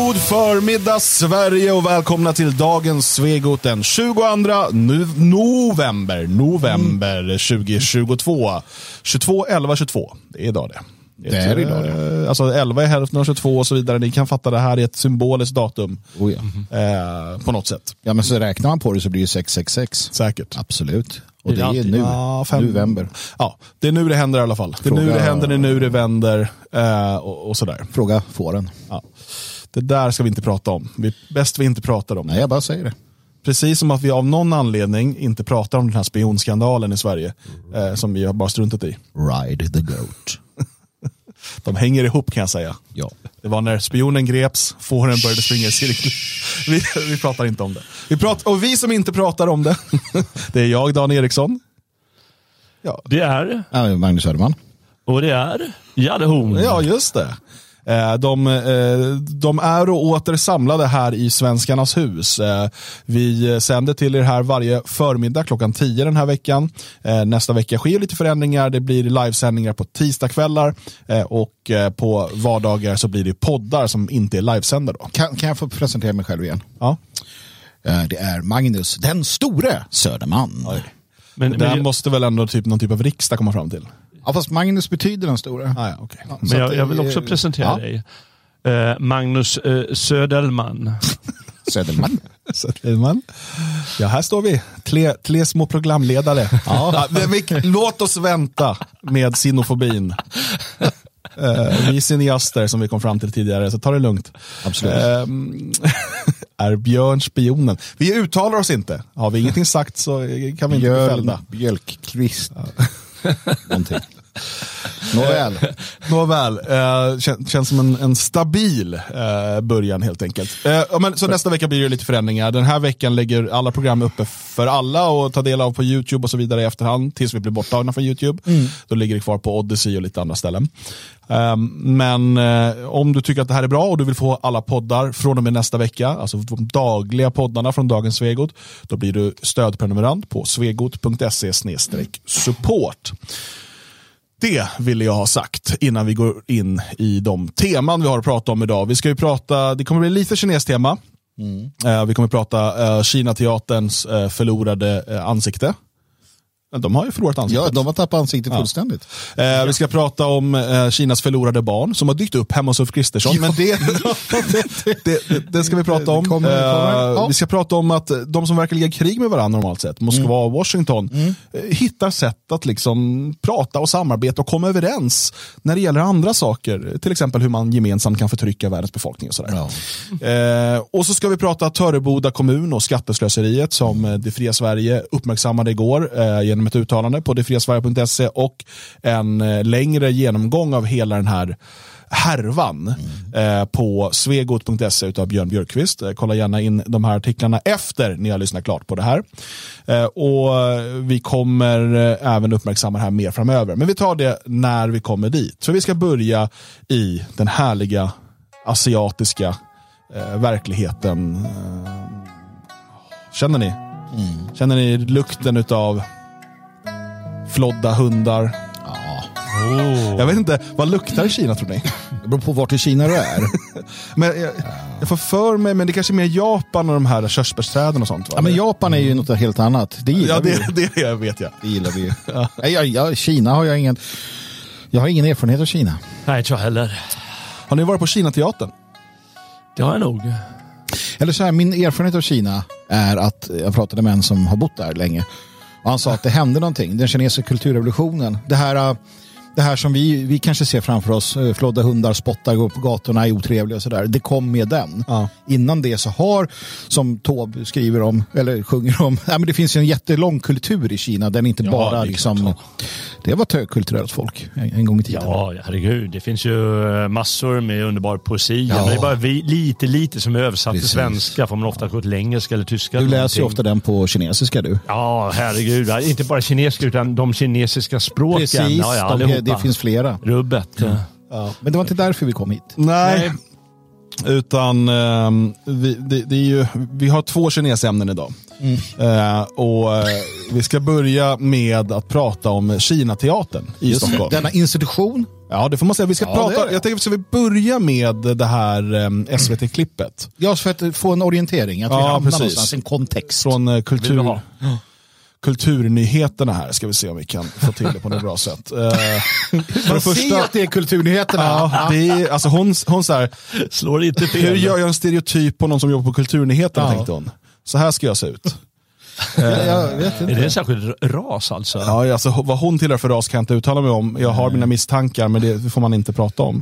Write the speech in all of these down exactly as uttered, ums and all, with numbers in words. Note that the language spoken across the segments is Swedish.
God förmiddag Sverige och välkomna till dagens Svegot den tjugoandra november november mm. tjugohundratjugotvå. tjugotvå elva tjugotvå. Det är idag det. Det är det idag det. Alltså elva är hälften av tjugotvå och så vidare. Ni kan fatta det här i ett symboliskt datum. Oh ja. eh, på något sätt. Ja, men så räknar man på det så blir det sex sex sex. Säkert. Absolut. Och det är nu, ja, fem... november. Ja, det är nu det händer i alla fall. Det är Fråga... nu det händer, det är nu det vänder eh, och, och sådär. Fråga fåren. Ja. Det där ska vi inte prata om. Vi, bäst vi inte pratar om. Nej, jag bara säger det. Precis som att vi av någon anledning inte pratar om den här spionskandalen i Sverige. Eh, som vi har bara struntat i. Ride the goat. De hänger ihop kan jag säga. Ja. Det var när spionen greps, fåren började springa i cirkel. Vi, vi pratar inte om det. Vi pratar, och vi som inte pratar om det, det är jag, Dan Eriksson. Ja. Det är... Ja, Magnus Söderman. Och det är... Janne Horn. Ja, just det. De, de är och åter samlade här i Svenskarnas hus. Vi sänder till er här varje förmiddag klockan tio den här veckan. Nästa vecka sker lite förändringar. Det blir livesändningar på tisdagskvällar och på vardagar så blir det poddar som inte är livesändare då. Kan, kan jag få presentera mig själv igen? Ja. Det är Magnus, den store Söderman. Oj. Men, men där jag... måste väl ändå typ, någon typ av riksdag komma fram till. Ja, fast Magnus betyder den stora. Ah, ja, okay. ja, men jag, jag vill också presentera ja. dig. Uh, Magnus uh, Söderman. Söderman. Söderman. Ja, här står vi. Tre, tre små programledare. Ja. Ja, vi, låt oss vänta med sinofobin. Uh, vi är cineaster som vi kom fram till tidigare, så ta det lugnt. Absolut. Uh, är Björn spionen? Vi uttalar oss inte. Har vi ingenting sagt så kan vi inte bli fällda. Björkqvist. Ja. Någonting. Nåväl. Nåväl. Eh, kän, känns som en, en stabil eh, början helt enkelt. Eh, men, så nästa vecka blir det lite förändringar. Den här veckan lägger alla program uppe för alla och ta del av på YouTube och så vidare i efterhand tills vi blir borttagna från YouTube. Mm. Då ligger det kvar på Odyssey och lite andra ställen. Eh, men eh, om du tycker att det här är bra och du vill få alla poddar från och med nästa vecka, alltså de dagliga poddarna från dagens Svegot, då blir du stödprenumerant på svegot punkt se slash support. Det ville jag ha sagt innan vi går in i de teman vi har att prata om idag. Vi ska ju prata, det kommer bli lite kinestema. Mm. Uh, vi kommer prata uh, Kina-teaterns uh, förlorade uh, ansikte. De har ju förlorat ansiktet. Ja, de har tappat ansiktet ja. fullständigt. Eh, vi ska prata om eh, Kinas förlorade barn som har dykt upp hemma hos Ulf Kristersson. Ja. Men det, det, det, det ska vi prata om. Kommer, kommer. Eh, ja. Vi ska prata om att de som verkar ligga krig med varandra normalt sett, Moskva mm. och Washington, mm. eh, hittar sätt att liksom prata och samarbeta och komma överens när det gäller andra saker. Till exempel hur man gemensamt kan förtrycka världens befolkning och sådär. Ja. Eh, och så ska vi prata Töreboda kommun och skatteslöseriet som mm. Det fria Sverige uppmärksammade igår eh, genom ett uttalande på det fria sverige punkt se och en eh, längre genomgång av hela den här härvan mm. eh, på svegot punkt se utav Björn Björkqvist. Eh, kolla gärna in de här artiklarna efter ni har lyssnat klart på det här. Eh, och vi kommer eh, även uppmärksamma det här mer framöver. Men vi tar det när vi kommer dit. För vi ska börja i den härliga asiatiska eh, verkligheten. Eh, känner ni? Mm. Känner ni lukten utav flodda hundar? Ja. Oh. Jag vet inte, vad luktar i Kina tror ni? Det beror på vart i Kina du är. Men jag, jag får för mig, men det kanske är mer Japan och de här körsbärsträden och sånt va? Ja, men Japan är ju något helt annat. Det gillar ja, det, vi. det vet jag. Det gillar vi. Ja. Jag, jag, Kina har jag ingen jag har ingen erfarenhet av Kina. Nej, inte jag heller. Har ni varit på Kina-teatern? Det har jag nog. Eller så här, min erfarenhet av Kina är att jag pratade med en som har bott där länge. Och han sa att det hände någonting. Den kinesiska kulturrevolutionen. Det här, det här som vi, vi kanske ser framför oss. Flodda hundar, spottar, går på gatorna, är otrevliga och sådär. Det kom med den. Ja. Innan det så har, som Taube skriver om, eller sjunger om. Ja, men det finns ju en jättelång kultur i Kina. Den inte ja, bara det liksom... Det var ett högkulturellt folk en, en gång i tiden. Ja, herregud. Det finns ju massor med underbar poesi. Ja. Men det är bara vi, lite, lite som är översatt till svenska. Får man ofta gå till engelska eller tyska. Du läser ju ofta den på kinesiska du. Ja, herregud. Inte bara kinesiska utan de kinesiska språken. Precis, ja, ja, de, det finns flera. Rubbet. Ja. Ja. Men det var inte därför vi kom hit. Nej, Nej. Utan um, vi, det, det är ju, vi har två kinesämnen idag. Mm. Uh, och uh, vi ska börja med att prata om Kinateatern i Just Stockholm. Denna institution. Ja, det får man säga. Vi ska ja, prata, jag tänker, ska vi börja med det här um, S V T-klippet? Ja, för att få en orientering. Att ja, vi precis. En kontext. Från uh, kultur... Kulturnyheterna här, ska vi se om vi kan få till det på något bra sätt. Uh, för det första att det är kulturnyheterna. Ja, det är, alltså hon, hon så här, slår inte fel. Hur gör jag en stereotyp på någon som jobbar på kulturnyheterna, ja. tänkte hon. Så här ska jag se ut. uh, jag vet inte. Är det en särskild ras alltså? Ja, alltså vad hon tillhör för ras kan jag inte uttala mig om. Jag har mm. mina misstankar, men det får man inte prata om.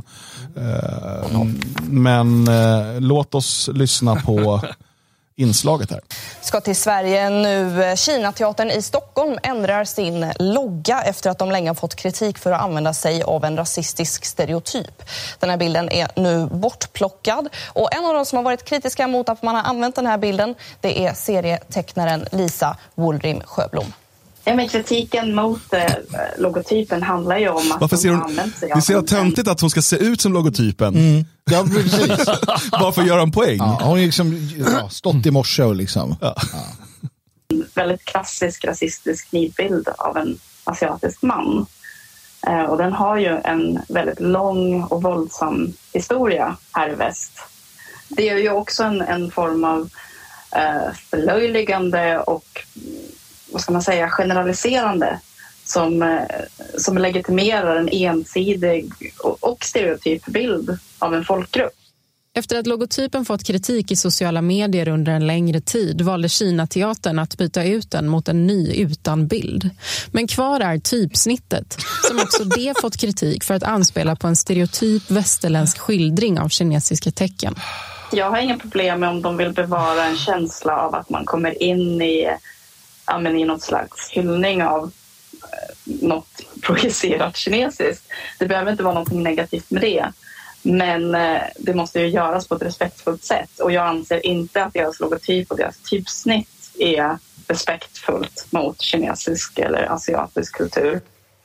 Uh, mm. Men uh, låt oss lyssna på inslaget här. Ska till Sverige nu. Kinateatern i Stockholm ändrar sin logga efter att de länge har fått kritik för att använda sig av en rasistisk stereotyp. Den här bilden är nu bortplockad och en av de som har varit kritiska mot att man har använt den här bilden, det är serietecknaren Lisa Woldrim Sjöblom. Ja, men kritiken mot eh, logotypen handlar ju om att Varför ser hon, de använt sig av... Det ser töntigt att hon ska se ut som logotypen. Mm. Ja, precis. Bara för att göra en poäng. Ja, hon har liksom ja, stått i morse och liksom... Ja. Ja. En väldigt klassisk rasistisk nidbild av en asiatisk man. Eh, och den har ju en väldigt lång och våldsam historia här i väst. Det är ju också en, en form av eh, förlöjligande och... vad ska man säga, generaliserande som, som legitimerar en ensidig och, och stereotyp bild av en folkgrupp. Efter att logotypen fått kritik i sociala medier under en längre tid valde Kinateatern att byta ut den mot en ny utan bild. Men kvar är typsnittet, som också det fått kritik för att anspela på en stereotyp västerländsk skildring av kinesiska tecken. Jag har inga problem med om de vill bevara en känsla av att man kommer in i Ja, men i något slags hyllning av eh, något projicerat kinesiskt. Det behöver inte vara något negativt med det. Men eh, det måste ju göras på ett respektfullt sätt. Och jag anser inte att deras logotyp och deras typsnitt är respektfullt mot kinesisk eller asiatisk kultur.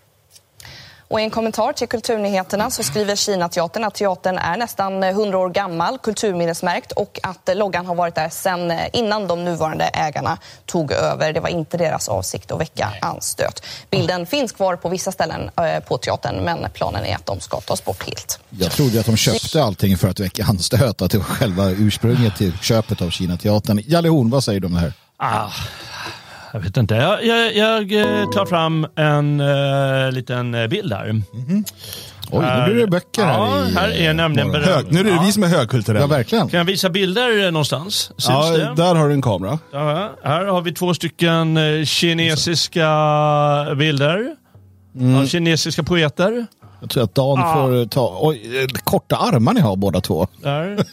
Och i en kommentar till Kulturnyheterna så skriver Kinateatern att teatern är nästan hundra år gammal, kulturminnesmärkt, och att loggan har varit där sedan innan de nuvarande ägarna tog över. Det var inte deras avsikt att väcka anstöt. Bilden mm. finns kvar på vissa ställen på teatern, men planen är att de ska tas bort helt. Jag trodde att de köpte allting för att väcka anstöt, att det var själva ursprunget till köpet av Kinateatern. Jalle Horn, vad säger du om det här? Ah. Jag vet inte. Jag, jag, jag tar fram en uh, liten bild här. Mm-hmm. Oj, nu blir det böcker här. Ja, i, här är nämligen hög, nu är det ja. vi som är högkulturella. Ja, verkligen. Kan jag visa bilder någonstans? Syns ja, det? Där har du en kamera. Ja, här har vi två stycken kinesiska bilder mm. av kinesiska poeter. Jag tror att Dan ja. får ta... Oj, korta armar ni har båda två. Där.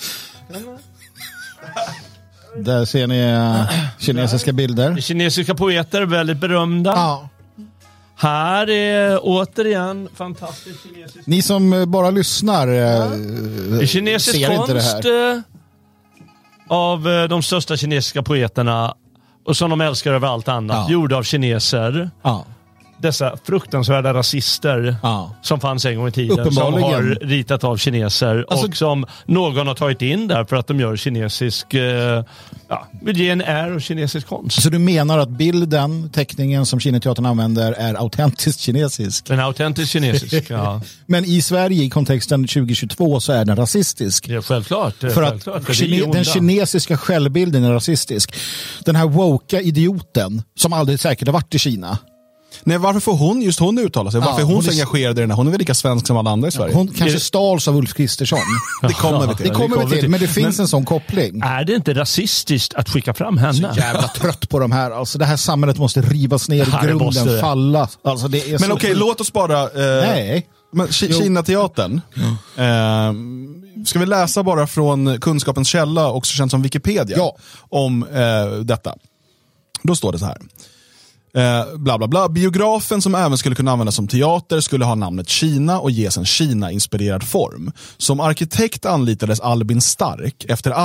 Där ser ni kinesiska bilder. Kinesiska poeter, väldigt berömda. Ja. Här är återigen fantastiskt kinesiskt. Ni som bara lyssnar ja. äh, kinesisk ser konst inte det här. Av de största kinesiska poeterna och som de älskar över allt annat. Ja. Gjorda av kineser. Ja. Dessa fruktansvärda rasister ja. som fanns en gång i tiden som har ritat av kineser alltså, och som någon har tagit in där för att de gör kinesisk eh, ja, vill ge en är och kinesisk konst. Så du menar att bilden, teckningen som Kinateatern använder är autentiskt kinesisk? Den är autentiskt kinesisk, ja. Men i Sverige i kontexten tjugo tjugotvå så är den rasistisk. Ja, självklart. För självklart, att för kine- den kinesiska självbilden är rasistisk. Den här woke idioten som aldrig säkert har varit i Kina. Nej, varför får hon, just hon uttala sig? Varför ja, är hon, hon så är... engagerad i den här? Hon är väl lika svensk som alla andra i Sverige? Hon kanske stals av Ulf Kristersson. Det kommer vi till. Det kommer vi till, men det finns men, en sån koppling. Är det inte rasistiskt att skicka fram henne? Så jävla trött på de här. Alltså det här samhället måste rivas ner i grunden, måste... falla. Alltså, det är men så... okej, okay, låt oss bara... Eh, Nej. Men Kinateatern. Mm. Eh, ska vi läsa bara från kunskapens källa, också känt som Wikipedia, ja. om eh, detta. Då står det så här. Eh, bla bla bla. Biografen som även skulle kunna användas som teater skulle ha namnet Kina och ges en Kina-inspirerad form. Som arkitekt anlitades Albin Stark efter ar-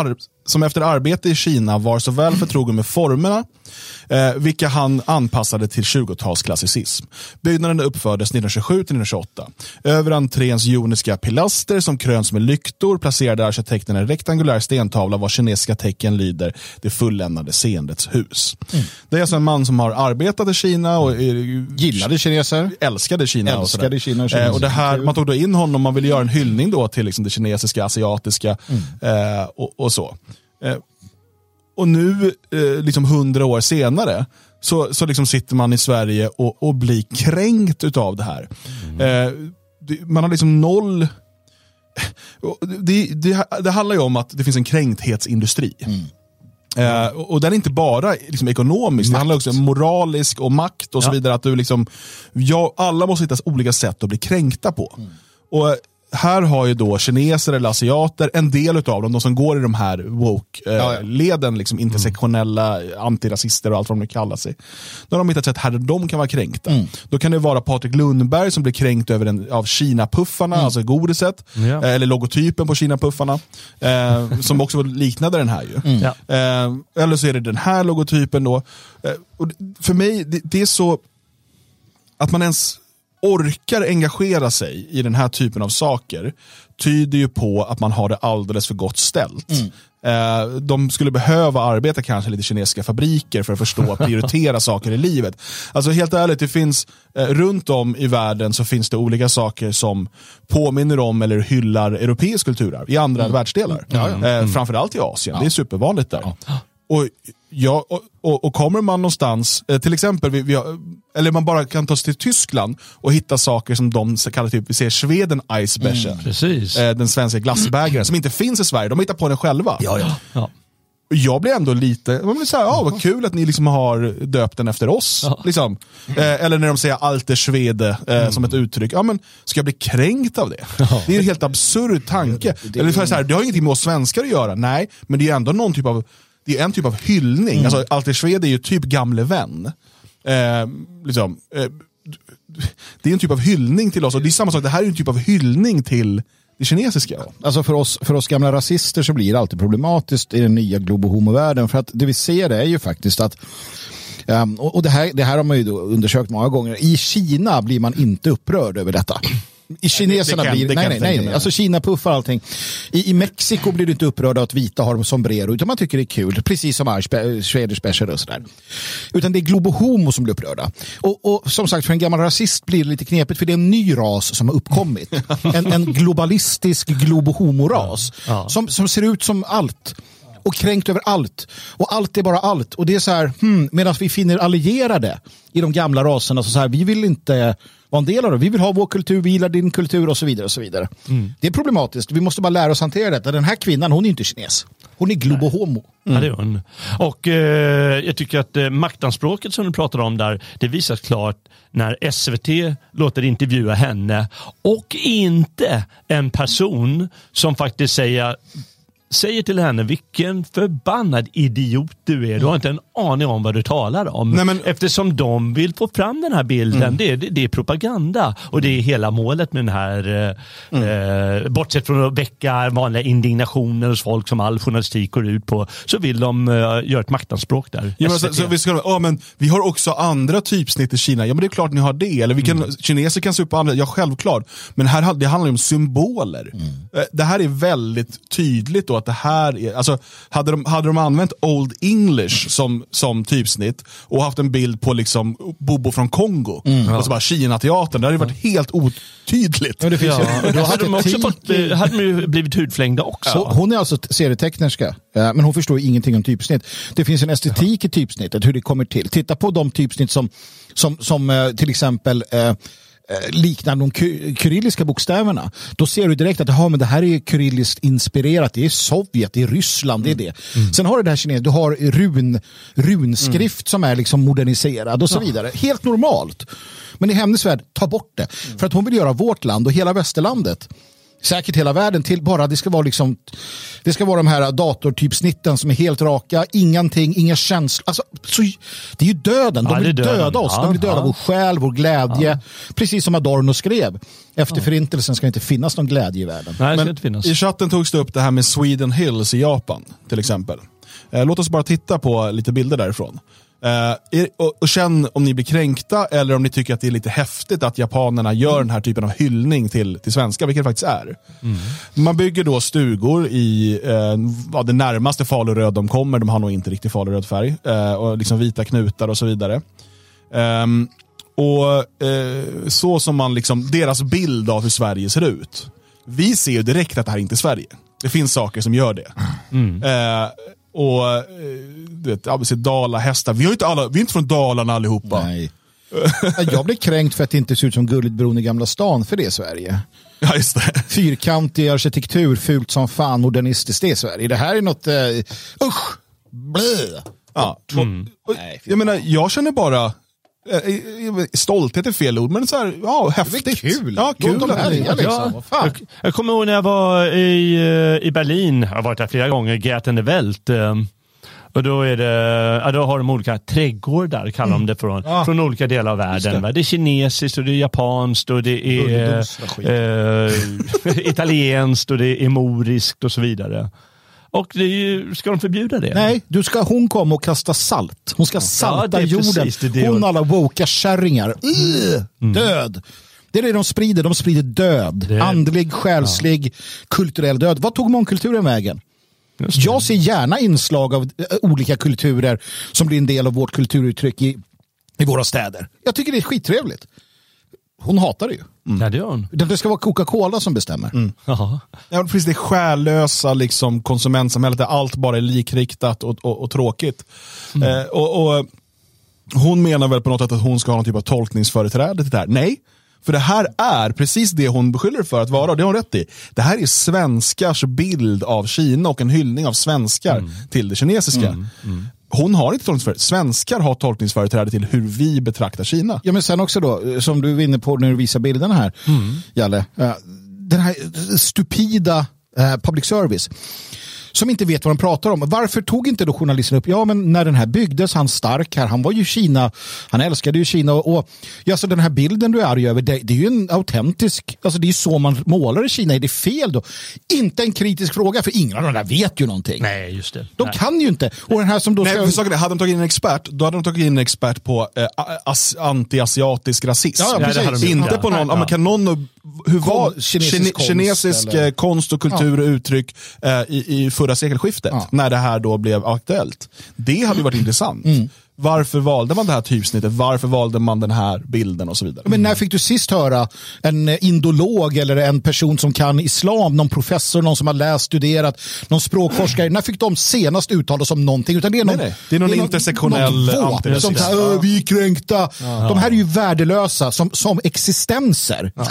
som efter arbete i Kina var så väl förtrogen med formerna, eh, vilka han anpassade till tjugotalsklassicism. Byggnaden uppfördes nittonhundratjugosju till nittonhundratjugoåtta. Över entréns joniska pilaster som kröns med lyktor placerade arkitekten en rektangulär stentavla vars kinesiska tecken lyder det fulländade seendets hus. Mm. Det är alltså en man som har arbetat i Kina och gillade kineser, älskade Kina, älskade och, Kina och, eh, och det här, man tog då in honom, man ville göra en hyllning då till liksom det kinesiska, asiatiska mm. eh, och, och så. Eh, och nu, eh, liksom hundra år senare, så, så liksom sitter man i Sverige och, och blir kränkt utav det här. Mm. Eh, det, man har liksom noll... Det, det, det handlar ju om att det finns en kränkthetsindustri. Mm. Eh, och, och den är inte bara liksom ekonomisk, makt. Det handlar också om moralisk och makt och ja. så vidare. Att du liksom, ja, alla måste hitta olika sätt att bli kränkta på. Mm. Och här har ju då kineser eller asiater, en del utav dem, de som går i de här woke-leden, eh, ja, ja. liksom intersektionella mm. antirasister och allt vad de kallar sig. Då har de hittat sätt här där de kan vara kränkta. Mm. Då kan det vara Patrik Lundberg som blir kränkt över en, av Kina-puffarna, mm. alltså godiset, ja. eh, eller logotypen på Kina-puffarna, eh, som också liknade den här ju. Mm. Ja. Eh, eller så är det den här logotypen då. Eh, och för mig, det, det är så att man ens orkar engagera sig i den här typen av saker tyder ju på att man har det alldeles för gott ställt. Mm. Eh, de skulle behöva arbeta kanske lite kinesiska fabriker för att förstå och prioritera saker i livet. Alltså helt ärligt, det finns eh, runt om i världen så finns det olika saker som påminner om eller hyllar europeisk kulturarv i andra mm. världsdelar. Mm. Eh, framförallt i Asien, ja. Det är supervanligt där. Ja. Och, ja, och, och, och kommer man någonstans, eh, till exempel, vi, vi har, eller man bara kan ta sig till Tyskland och hitta saker som de kallar typ, vi ser Sweden Eisbecher, mm, precis. Eh, den svenska glassbägaren, som inte finns i Sverige, de hittar på den själva. Ja, ja. Ja. Jag blir ändå lite, man blir så här, ja, vad kul att ni liksom har döpt den efter oss. Ja. Liksom. Eh, eller när de säger Alter Svede eh, mm. som ett uttryck. Ja, men ska jag bli kränkt av det? Ja. Det är en helt absurd tanke. Det, det, eller så här, det har ingenting med oss svenskar att göra, nej, men det är ändå någon typ av, det är en typ av hyllning. Mm. Alltså, Alter Svede är ju typ gamle vän. Eh, liksom, eh, det är en typ av hyllning till oss, och det är samma sak, det här är en typ av hyllning till det kinesiska. Alltså för oss, för oss gamla rasister så blir det alltid problematiskt i den nya globo-homo-världen, för att det vi ser är ju faktiskt att um, och, och det här, det här har man ju då undersökt många gånger. I Kina blir man inte upprörd över detta. I kineserna det, det kan, blir, nej, nej, nej, nej. Alltså Kina puffar allting. I, I Mexiko blir du inte upprörd av att vita har sombrero, utan man tycker det är kul, precis som Swedish Special och sådär. Utan det är globo-homo som blir upprörda. Och, och som sagt, för en gammal rasist blir det lite knepigt, för det är en ny ras som har uppkommit. En, en globalistisk globo-homo-ras ja. som, som ser ut som allt. Och kränkt över allt. Och allt är bara allt. Och det är så här, hmm, medan vi finner allierade i de gamla raserna, så, så här, vi vill inte vara en del av det. Vi vill ha vår kultur, vi gillar din kultur och så vidare och så vidare. Mm. Det är problematiskt. Vi måste bara lära oss hantera detta. Den här kvinnan, hon är inte kines. Hon är globo-homo. Mm. Ja, det är hon. Och eh, jag tycker att eh, maktanspråket som du pratar om där, det visas klart när S V T låter intervjua henne och inte en person som faktiskt säger säger till henne, vilken förbannad idiot du är. Du har inte en aning om vad du talar om. Nej, men... Eftersom de vill få fram den här bilden. Mm. Det, det, det är propaganda. Och det är hela målet med den här mm. eh, bortsett från att väcka vanliga indignationer hos folk som all journalistik går ut på, så vill de eh, göra ett maktanspråk där. Ja, men, så, så vi, ska, oh, men, vi har också andra typsnitt i Kina. Ja, men det är klart ni har det. Eller vi kan, mm. kineser kan se upp på andra. Ja, självklart. Men här, det handlar ju om symboler. Mm. Det här är väldigt tydligt då, att det här är, alltså hade de, hade de använt Old English som, som typsnitt och haft en bild på liksom Bobo från Kongo, mm. alltså bara Kina-teatern, det hade ju varit helt otydligt. Ja, det finns ja. ju, då hade de också fått, hade de ju blivit hudflängda också. Så hon är alltså serietecknerska, men hon förstår ingenting om typsnitt. Det finns en estetik i typsnittet, hur det kommer till. Titta på de typsnitt som, som, som till exempel eh, liknar de kyrilliska bokstäverna. Då ser du direkt att ja, men det här är kyrilliskt inspirerat. Det är Sovjet, det är Ryssland, det är det. Mm. Sen har du det här kinesiskt, du har run, runskrift mm. som är liksom moderniserad och så ja. vidare. Helt normalt. Men i hennes värld, ta bort det. Mm. För att hon vill göra vårt land och hela västerlandet säkert hela världen till bara det ska vara liksom det ska vara de här datortypsnitten som är helt raka, ingenting, inga känslor. Alltså, så, det är ju döden. De ja, vill döden. döda oss. Ja, de vill döda ja. vår själ, vår glädje. Ja. Precis som Adorno skrev. Efter ja. förintelsen ska det inte finnas någon glädje i världen. Nej, Men inte finnas. I chatten togs det upp det här med Sweden Hills i Japan till exempel. Eh, låt oss bara titta på lite bilder därifrån. Uh, och, och känn om ni blir kränkta eller om ni tycker att det är lite häftigt att japanerna gör mm. den här typen av hyllning till, till svenska, vilket det faktiskt är. Mm. Man bygger då stugor i uh, det närmaste faluröd de kommer, de har nog inte riktigt faluröd färg, uh, och liksom vita knutar och så vidare. Um, och uh, så som man liksom, deras bild av hur Sverige ser ut. Vi ser ju direkt att det här inte är Sverige. Det finns saker som gör det. Mm. Uh, Och du vet, ja, Dala hästar. Vi, har inte alla, vi är inte från Dalarna allihopa. Nej. Jag blev kränkt för att det inte ser ut som Gullitbron i Gamla stan, för det är Sverige. Ja, just det. Fyrkantig arkitektur, fult som fan, modernistiskt, det är Sverige. Det här är något, uh, usch, blö. Ja, mm. och, och, jag menar, jag känner bara stolthet är fel ord, men så här, ja, häftigt. Det är kul. Ja, kul. De här, liksom. ja. jag, jag kommer ihåg när jag var i, i Berlin, jag har varit där flera gånger, Gärten de Welt. Och då är det, ja, då har de olika trädgårdar, kallar de det, från, ja. från olika delar av världen. Det. det är kinesiskt och det är japanskt och det är eh, italienskt och det är moriskt och så vidare. Och det är ju, ska de förbjuda det? Nej, du ska, hon kommer och kasta salt. Hon ska salta ja, jorden. Det hon alla woka kärringar. Uh, mm. Död. Det är det de sprider. De sprider död. Det. Andlig, själslig, ja. kulturell död. Vad tog mångkulturen vägen? Jag ser gärna inslag av äh, olika kulturer som blir en del av vårt kulturuttryck i, i våra städer. Jag tycker det är skittrevligt. Hon hatar det ju. Mm. Ja, det gör hon. Det ska vara Coca-Cola som bestämmer. Mm. Ja, precis, det själlösa liksom, konsumentsamhället där allt bara är likriktat och, och, och tråkigt. Mm. Eh, och, och hon menar väl på något sätt att hon ska ha någon typ av tolkningsföreträde till det här. Nej, för det här är precis det hon beskyller för att vara, och det har hon rätt i. Det här är svenskars bild av Kina och en hyllning av svenskar mm. till det kinesiska. Mm. Mm. Hon har inte tolkningsföreträde. Svenskar har tolkningsföreträde till hur vi betraktar Kina. Ja, men sen också då, som du är inne på när du visar bilderna här, mm. Jalle, den här stupida public service som inte vet vad de pratar om. Varför tog inte då journalisten upp? Ja, men när den här byggdes, han stark här, han var ju Kina, han älskade ju Kina och, och ja, så den här bilden du är arg över, det, det är ju en autentisk, alltså det är ju så man målar i Kina, är det fel då? Inte en kritisk fråga, för ingen av de där vet ju någonting. Nej, just det. De Nej. kan ju inte. Och den här som då Nej, ska... för saken är, hade de tagit in en expert, då hade de tagit in en expert på eh, as, anti-asiatisk rasism. Ja, ja, precis. Inte ja. på någon, ja. Ja, kan någon, hur var kinesisk, kine, konst, kinesisk eller... konst och kultur och uttryck eh, i, i förra sekelskiftet, ja. när det här då blev aktuellt. Det hade ju varit intressant. Mm. Varför valde man det här typsnittet? Varför valde man den här bilden och så vidare? Men när fick du sist höra en indolog eller en person som kan islam, någon professor, någon som har läst, studerat, någon språkforskare, när fick de senast uttala sig om någonting? Utan det är någon, nej, nej. Det är någon, det är intersektionell någon våt, som säger, vi är kränkta. Ja. De här är ju värdelösa som, som existenser. Ja.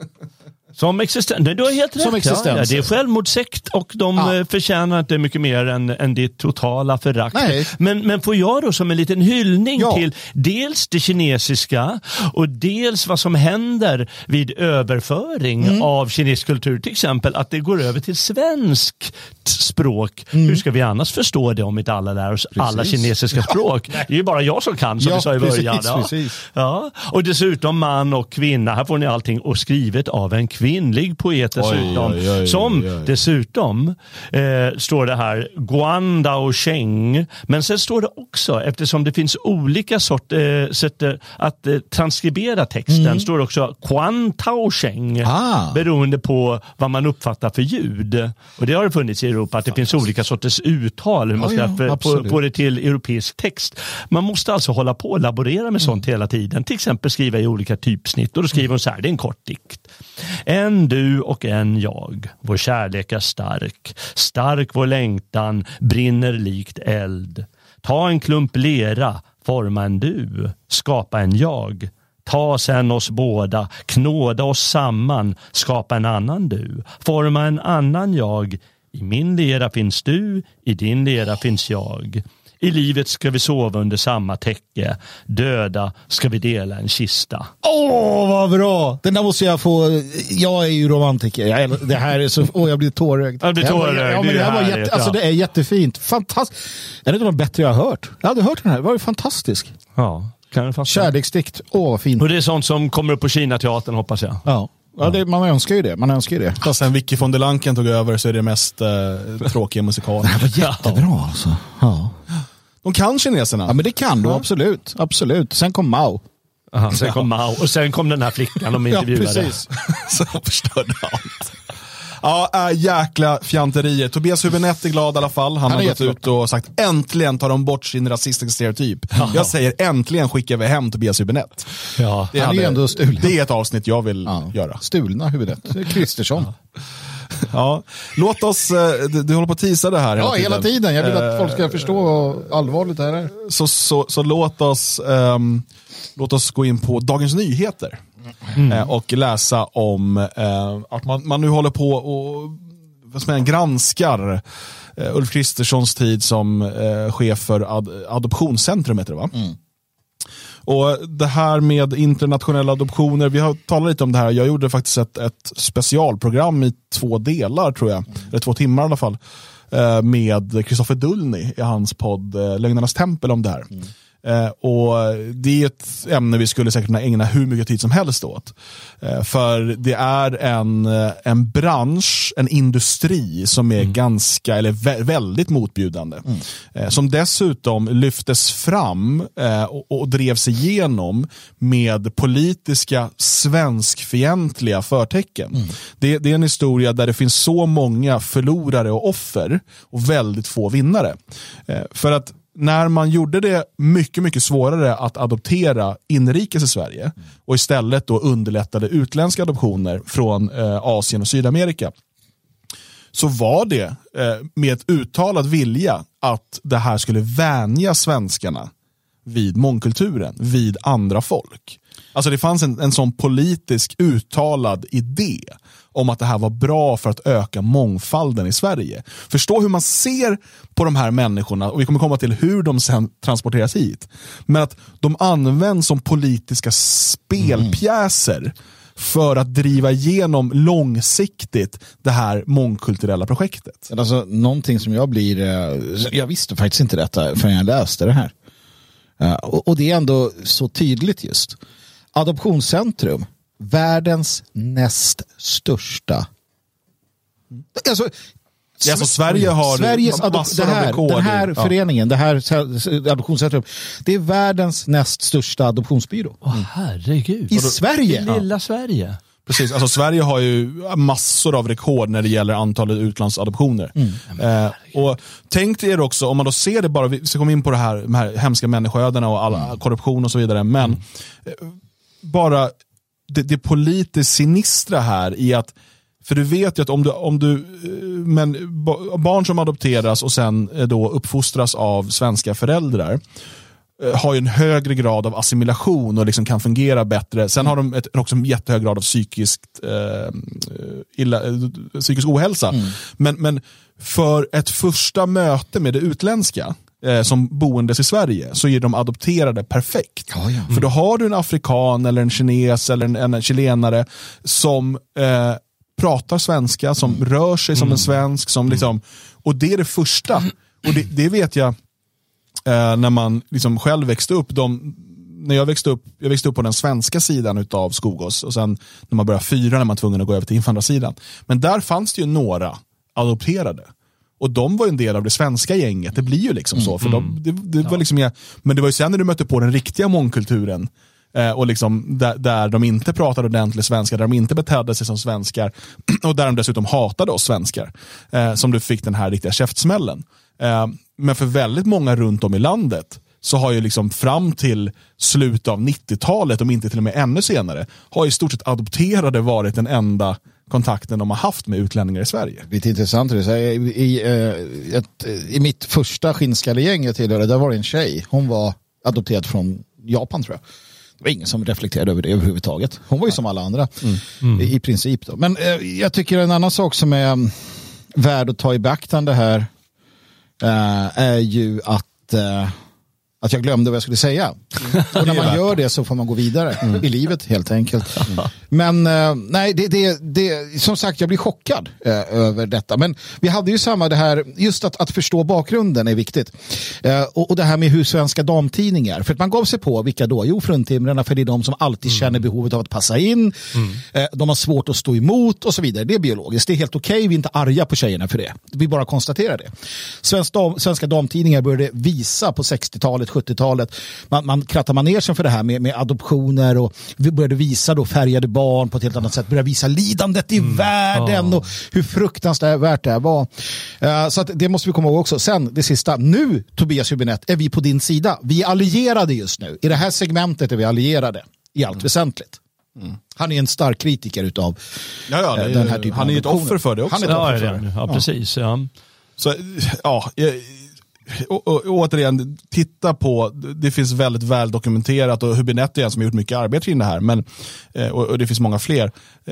Som existens. Du har helt rätt. Som existens. Ja, det är självmordssekt och de ja. förtjänar inte mycket mer än, än det totala förakt. Men, men får jag då som en liten hyllning ja. till dels det kinesiska och dels vad som händer vid överföring mm. av kinesisk kultur. Till exempel att det går över till svenskt språk. Mm. Hur ska vi annars förstå det om inte alla lär oss precis. alla kinesiska språk? Ja. Det är ju bara jag som kan, som ja, vi sa i början. Precis, ja. precis. Ja. Och dessutom man och kvinna. Här får ni allting och skrivet av en kvinna. Kvinnlig poet dessutom, oj, oj, oj, som oj, oj. dessutom eh, står det här Guandao Sheng, men sen står det också, eftersom det finns olika sort, eh, sätt att eh, transkribera texten, mm. står det också Quantao Sheng, ah. beroende på vad man uppfattar för ljud. Och det har det funnits i Europa, att det finns olika sorters uttal hur man ska ja, ja, få, få det till europeisk text. Man måste alltså hålla på och laborera med mm. sånt hela tiden, till exempel skriva i olika typsnitt, och då skriver hon så här, det är en kort dikt. En du och en jag, vår kärlek är stark. Stark vår längtan, brinner likt eld. Ta en klump lera, forma en du, skapa en jag. Ta sen oss båda, knåda oss samman, skapa en annan du. Forma en annan jag. I min lera finns du, i din lera finns jag. I livet ska vi sova under samma täcke. Döda ska vi dela en kista. Åh, oh, vad bra! Den där måste jag få... Jag är ju romantiker. Jag, det här är så... Åh, oh, jag blir tårögd. Jag blir tårögd. Ja, men det, här var jätte, alltså, det är jättefint. Fantastiskt. Det är inte något bättre jag har hört. Jag hade hört den här. Det var ju fantastisk. Ja, kan det kärleksdikt. Åh, vad fint. Och det är sånt som kommer upp på Kina-teatern, hoppas jag. Ja. Ja, det, man önskar ju det. Man önskar ju det. Och sen Vicky von der Lanken tog över så är det mest eh, tråkiga musikal. Det här var jättebra alltså. Ja. De kan kineserna. Ja, men det kan de, absolut. Absolut. Sen kom Mao. Aha, sen kom Mao. Och sen kom den här flickan de intervjuade. Ja, precis. Så jag förstörde allt. Ja, äh, jäkla fjanterier. Tobias Hübinette är glad i alla fall. Han, Han har gått ut och sagt äntligen tar de bort sin rasistiska stereotyp. Ja. Jag säger äntligen skickar vi hem Tobias Hübinette. Ja. Det, Han är ändå stulen. Det är ett avsnitt jag vill ja. göra. Stulna Hübinette. Kristersson. Ja. Ja, låt oss, du, du håller på att tisa det här hela ja, tiden. hela tiden. Jag vill att folk ska förstå vad allvarligt det här är. Så, så, så låt oss um, låt oss gå in på Dagens Nyheter mm. uh, och läsa om uh, att man, man nu håller på och vad ska man, granskar uh, Ulf Kristerssons tid som uh, chef för ad, Adoptionscentrum heter det, va? Mm. Och det här med internationella adoptioner, vi har talat lite om det här. Jag gjorde faktiskt ett, ett specialprogram i två delar tror jag, mm. eller två timmar i alla fall, med Kristoffer Dullny i hans podd Lögnernas tempel om det här. Mm. Eh, och det är ett ämne vi skulle säkert kunna ägna hur mycket tid som helst åt. Eh, för det är en, en bransch, en industri som är mm. ganska, eller vä- väldigt motbjudande. Mm. Eh, som dessutom lyftes fram eh, och, och drevs igenom med politiska svenskfientliga förtecken. Mm. Det, det är en historia där det finns så många förlorare och offer och väldigt få vinnare. Eh, för att när man gjorde det mycket, mycket svårare att adoptera inrikes i Sverige och istället då underlättade utländska adoptioner från eh, Asien och Sydamerika, så var det eh, med ett uttalad vilja att det här skulle vänja svenskarna vid mångkulturen, vid andra folk. Alltså det fanns en, en sån politisk uttalad idé om att det här var bra för att öka mångfalden i Sverige. Förstå hur man ser på de här människorna, och vi kommer komma till hur de sen transporteras hit. Men att de används som politiska spelpjäser mm. för att driva igenom långsiktigt det här mångkulturella projektet. Alltså någonting som jag blir, jag visste faktiskt inte detta förrän jag läste det här. Och, och det är ändå så tydligt just. Adoptionscentrum, världens näst största. Alltså, ja, alltså Sverige har Sveriges adop- det här, den här ja. föreningen, det här adoptionscentrum, det är världens näst största adoptionsbyrå. Åh, herregud. I Sverige. I lilla Sverige. Precis, alltså Sverige har ju massor av rekord när det gäller antalet utlandsadoptioner. Mm. Eh, och tänk er också, om man då ser det bara, vi ska komma in på det här, de här hemska människoödena och all mm. korruption och så vidare, men mm. eh, bara det, det politiskt sinistra här i att, för du vet ju att om du, om du men barn som adopteras och sen då uppfostras av svenska föräldrar har ju en högre grad av assimilation och liksom kan fungera bättre. Sen har de ett, också en jättehög grad av psykiskt, eh, illa, psykisk ohälsa. Mm. Men, men för ett första möte med det utländska eh, som boendes i Sverige så är de adopterade perfekt. Ja, ja. Mm. För då har du en afrikan eller en kines eller en, en chilenare som eh, pratar svenska, som mm. rör sig som mm. en svensk. Som liksom, och det är det första. Och det, det vet jag Eh, när man liksom själv växte upp, de, när jag växte upp, jag växte upp på den svenska sidan utav Skogås, och sen när man började fyra när man var tvungen att gå över till invandrarsidan. Men där fanns det ju några adopterade. Och de var ju en del av det svenska gänget. Det blir ju liksom så. För de, det, det var liksom, men det var ju sen när du mötte på den riktiga mångkulturen eh, och liksom där, där de inte pratade ordentligt svenska, där de inte betedde sig som svenskar och där de dessutom hatade oss svenskar, eh, som du fick den här riktiga käftsmällen. Eh, men för väldigt många runt om i landet så har ju liksom fram till slutet av nittiotalet, om inte till och med ännu senare, har i stort sett adopterade varit den enda kontakten de har haft med utlänningar i Sverige. Det är intressant. I, i, ett, i mitt första skinnskallegäng jag tillhörde, där var det en tjej. Hon var adopterad från Japan, tror jag. Det var ingen som reflekterade över det överhuvudtaget. Hon var ju som alla andra mm. Mm. I, i princip då. Men eh, jag tycker en annan sak som är um, värd att ta i beaktande här uh, är ju att att, uh, att jag glömde vad jag skulle säga. Mm. Och när man gör det så får man gå vidare mm. i livet helt enkelt. Mm. Men uh, nej, det, det, det, som sagt, jag blir chockad uh, över detta. Men vi hade ju samma det här, just att, att förstå bakgrunden är viktigt. Uh, och, och det här med hur svenska damtidningar, för att man gav sig på vilka då? Jo, fruntimrarna, för det är de som alltid mm. känner behovet av att passa in. Mm. Uh, de har svårt att stå emot och så vidare. Det är biologiskt, det är helt okej, okay. Vi är inte arga på tjejerna för det. Vi bara konstaterar det. Svenska, dam, svenska damtidningar började visa på sextiotalet, sjuttiotalet. Man, man krattar manegen för det här med, med adoptioner och vi började visa då färgade barn på ett helt annat sätt. Började visa lidandet i mm. världen oh. och hur fruktansvärt det här var. Uh, så att det måste vi komma ihåg också. Sen det sista. Nu, Tobias Hübinette, är vi på din sida. Vi är allierade just nu. I det här segmentet är vi allierade. I allt mm. väsentligt. Mm. Han är en stark kritiker utav ja, ja, uh, den här typen han är ju ett offer för det också. Han är ett offer för det. Ja, precis. Ja. Så, ja... Jag, Och, och, och återigen, titta på, det finns väldigt väl dokumenterat och Hübinette är en som har gjort mycket arbete kring det här, men, och, och det finns många fler.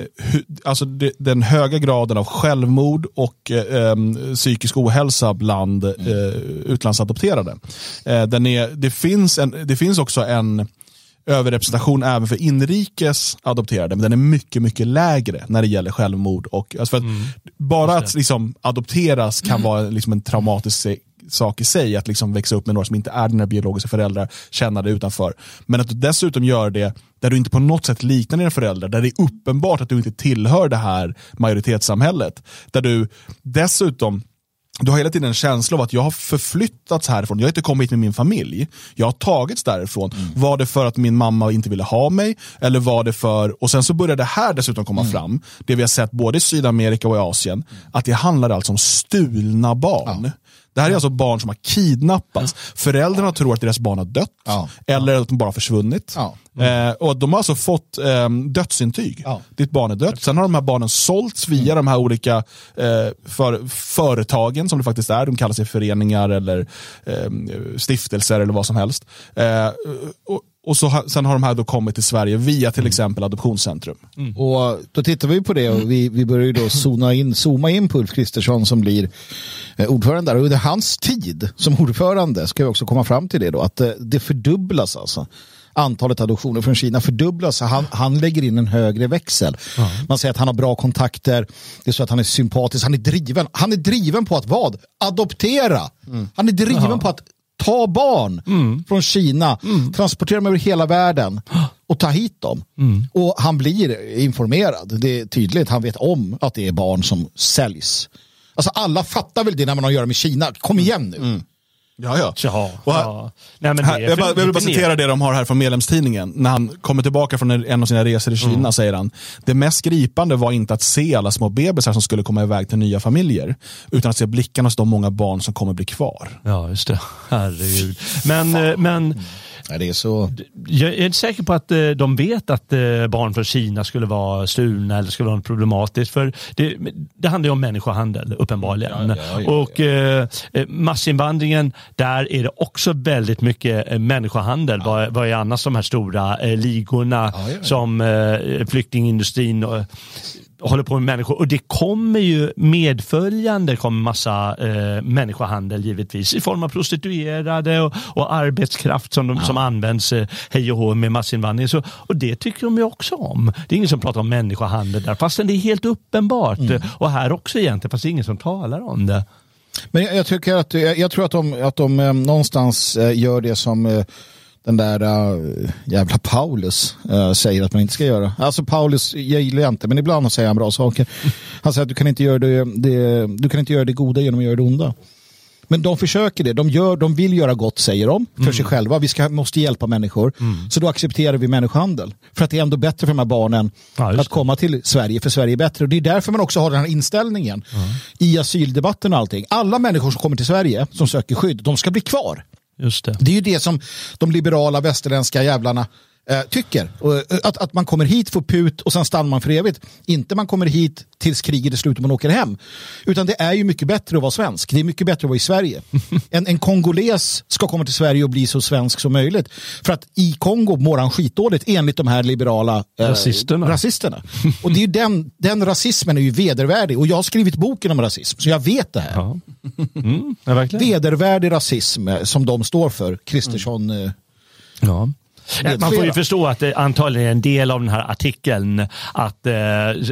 Alltså det, den höga graden av självmord och eh, psykisk ohälsa bland eh, utlandsadopterade. Eh, den är, det, finns en, det finns också en överrepresentation även för inrikes adopterade, men den är mycket, mycket lägre när det gäller självmord. Och, alltså för att mm. bara att liksom, adopteras kan mm. vara liksom en traumatisk sak i sig, att liksom växa upp med några som inte är dina biologiska föräldrar, känna det utanför. Men att du dessutom gör det där du inte på något sätt liknar dina föräldrar, där det är uppenbart att du inte tillhör det här majoritetssamhället. Där du dessutom du har hela tiden en känsla av att jag har förflyttats härifrån. Jag har inte kommit med min familj. Jag har tagits därifrån. Mm. Var det för att min mamma inte ville ha mig? Eller var det för... Och sen så började det här dessutom komma mm. fram. Det vi har sett både i Sydamerika och i Asien. Mm. Att det handlar alltså om stulna barn. Ja. Det här är alltså barn som har kidnappats. Ja. Föräldrarna ja. tror att deras barn har dött. Ja. Eller att de bara har försvunnit. Ja. Mm. Eh, och de har alltså fått eh, dödsintyg. Ja. Ditt barn är dött. Sen har de här barnen sålts via mm. de här olika eh, för, företagen som det faktiskt är. De kallar sig föreningar eller eh, stiftelser eller vad som helst. Eh, och Och så, sen har de här då kommit till Sverige via till exempel Adoptionscentrum. Mm. Och då tittar vi på det och vi, vi börjar ju då zooma in, zooma in på Ulf Kristersson som blir eh, ordförande där. Och under hans tid som ordförande ska vi också komma fram till det då, att eh, det fördubblas alltså. Antalet adoptioner från Kina fördubblas. Han, han lägger in en högre växel. Mm. Man säger att han har bra kontakter. Det är så att han är sympatisk. Han är driven. Han är driven på att vad? Adoptera. Mm. Han är driven mm. på att ta barn mm. från Kina, mm. transportera dem över hela världen och ta hit dem. Mm. Och han blir informerad. Det är tydligt. Han vet om att det är barn som säljs. Alltså alla fattar väl det när man har att göra med Kina. Kom igen nu. Mm. Ja, ja. ja, och här, ja. Nej, men här, jag, bara, jag vill bara citera det de har här från medlemstidningen. När han kommer tillbaka från en av sina resor i Kina mm. säger han: det mest gripande var inte att se alla små bebisar som skulle komma iväg till nya familjer, utan att se blickarna hos de många barn som kommer bli kvar. Ja, just det. Herregud. Men, men ja, det är så... jag är inte säker på att de vet att barn från Kina skulle vara stulna eller skulle vara problematiskt. För det, det handlar ju om människohandel, uppenbarligen. Ja, ja, ja, ja. Och eh, massinvandringen, där är det också väldigt mycket människohandel. Ja. Vad, vad är annars de här stora eh, ligorna ja, ja, ja. som eh, flyktingindustrin och håller på med människor, och det kommer ju medföljande kommer massa eh, människohandel givetvis i form av prostituerade och, och arbetskraft som, de, ja. som används eh, hej och hå med massinvandring. Så, och det tycker de ju också om. Det är ingen som pratar om människohandel där, fast det är helt uppenbart. Mm. Och här också egentligen, fast det är ingen som talar om det. Men jag, jag tycker att jag, jag tror att de, att de eh, någonstans eh, gör det som eh, den där uh, jävla Paulus uh, säger att man inte ska göra. Alltså Paulus, jag gillar jag inte, men ibland säger han bra saker. Han säger att du kan inte göra det, det, du kan inte göra det goda genom att göra det onda. Men de försöker det. De, gör, de vill göra gott, säger de, för mm. sig själva. Vi ska, måste hjälpa människor. Mm. Så då accepterar vi människohandel. För att det är ändå bättre för de här barnen ja, att komma till Sverige, för Sverige är bättre. Och det är därför man också har den här inställningen mm. i asyldebatten och allting. Alla människor som kommer till Sverige, som söker skydd, de ska bli kvar. Just det. Det är ju det som de liberala västerländska jävlarna eh, tycker. Och, att, att man kommer hit, får put och sen stannar man för evigt. Inte man kommer hit tills kriget är slut och man åker hem. Utan det är ju mycket bättre att vara svensk. Det är mycket bättre att vara i Sverige. En, en kongoles ska komma till Sverige och bli så svensk som möjligt. För att i Kongo mår han skitdåligt enligt de här liberala eh, rasisterna. rasisterna. Och det är ju den, den rasismen är ju vedervärdig. Och jag har skrivit boken om rasism, så jag vet det här. Ja. Mm, ja, verkligen. Vedervärdig rasism som de står för. Kristersson. Mm. Ja. Man får ju förstå att det antagligen är en del av den här artikeln att eh,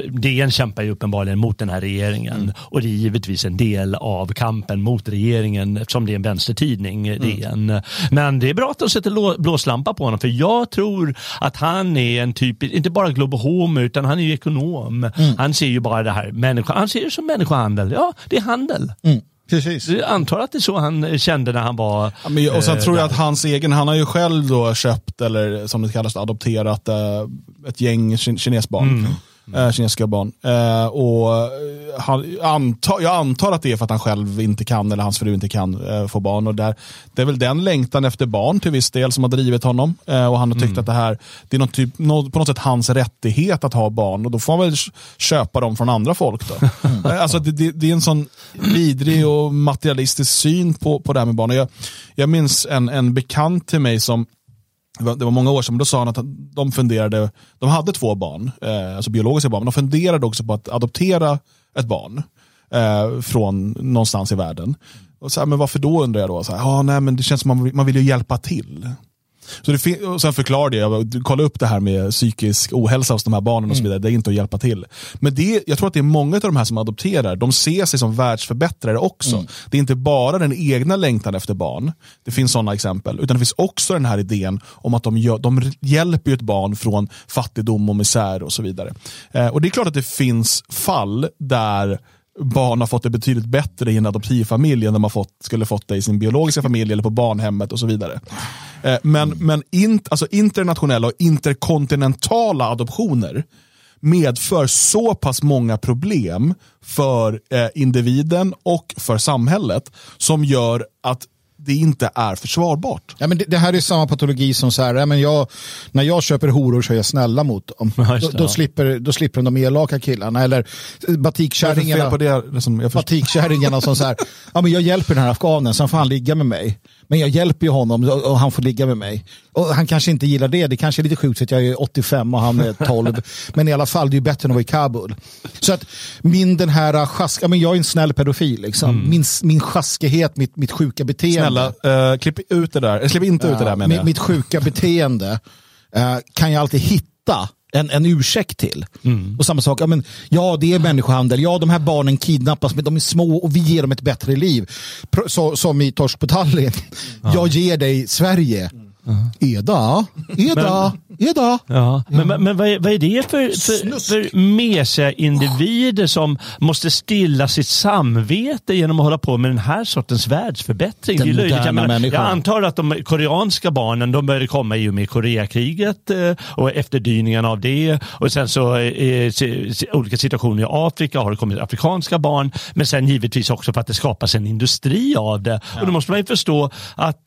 D N kämpar ju uppenbarligen mot den här regeringen mm. och det är givetvis en del av kampen mot regeringen eftersom det är en vänstertidning mm. D N. Men det är bra att de sätter blåslampa på honom för jag tror att han är en typ, inte bara globohom utan han är ju ekonom. Mm. Han ser ju bara det här, människa, han ser det som människohandel. Ja, det är handel. Mm. Precis. Jag antar att det är så han kände när han var... Ja, men, och sen eh, tror jag där. Att hans egen, han har ju själv då köpt, eller som det kallas adopterat, eh, ett gäng kinesbarn. Mm. Äh, kinesiska barn. Äh, och han, anta, jag antar att det är för att han själv inte kan eller hans fru inte kan äh, få barn. Och där, det är väl den längtan efter barn till viss del som har drivit honom. Äh, och han har tyckt mm. att det här det är något typ, något, på något sätt hans rättighet att ha barn. Och då får han väl köpa dem från andra folk då. Mm. Äh, alltså det, det, det är en sån vidrig och materialistisk syn på, på det här med barn. Och jag, jag minns en, en bekant till mig som det var många år sedan, men då sa han att de funderade, de hade två barn, eh, alltså biologiska barn, men de funderade också på att adoptera ett barn eh, från någonstans i världen. Och så här, men varför då, undrar jag då? Så här, ah, nej, men det känns som att man, man vill ju hjälpa till. Så det, och sen förklarade jag, kolla upp det här med psykisk ohälsa hos de här barnen och så vidare, det är inte att hjälpa till. Men det, jag tror att det är många av de här som adopterar, de ser sig som världsförbättrare också. Mm. Det är inte bara den egna längtan efter barn, det finns sådana exempel, utan det finns också den här idén om att de, gör, de hjälper ett barn från fattigdom och misär och så vidare. Eh, och det är klart att det finns fall där barn har fått det betydligt bättre i en adoptivfamilj än de har fått, skulle fått det i sin biologiska familj eller på barnhemmet och så vidare. Eh, men men in, alltså internationella och interkontinentala adoptioner medför så pass många problem för eh, individen och för samhället som gör att det inte är försvarbart. Ja, men det, det här är samma patologi som så här, ja, men jag, när jag köper horor så är jag snälla mot dem. Då, då, slipper, då slipper de elaka killarna. Eller batikkärringarna, på det, liksom, batikkärringarna som så här, ja, men jag hjälper den här afghanen så han får han ligga med mig. Men jag hjälper ju honom och, och han får ligga med mig. Och han kanske inte gillar det. Det kanske är lite sjukt att jag är åttiofem och han är tolv. Men i alla fall, det är ju bättre än att vara i Kabul. Så att min den här sjaska, men jag är en snäll pedofil liksom. Mm. Min, min sjaskighet, mitt, mitt sjuka beteende. Snälla, uh, klipp ut det där. Eller klipp inte uh, ut det där, menar jag. Mitt sjuka beteende uh, kan jag alltid hitta En, en ursäkt till. Mm. Och samma sak, ja, men, ja det är människohandel, ja de här barnen kidnappas men de är små och vi ger dem ett bättre liv. Så, som i Torsk på Tallinn. Ja. Jag ger dig Sverige. Uh-huh. Eda, Eda, men, Eda. Ja. Men, men, men vad, är, vad är det för, för, för mesiga individer som måste stilla sitt samvete genom att hålla på med den här sortens världsförbättring? Den det är jag, menar, jag antar att de koreanska barnen, de började komma i och med Koreakriget och efterdyningarna av det. Och sen så i olika situationer i Afrika har det kommit afrikanska barn, men sen givetvis också för att det skapas en industri av det. Ja. Och då måste man ju förstå att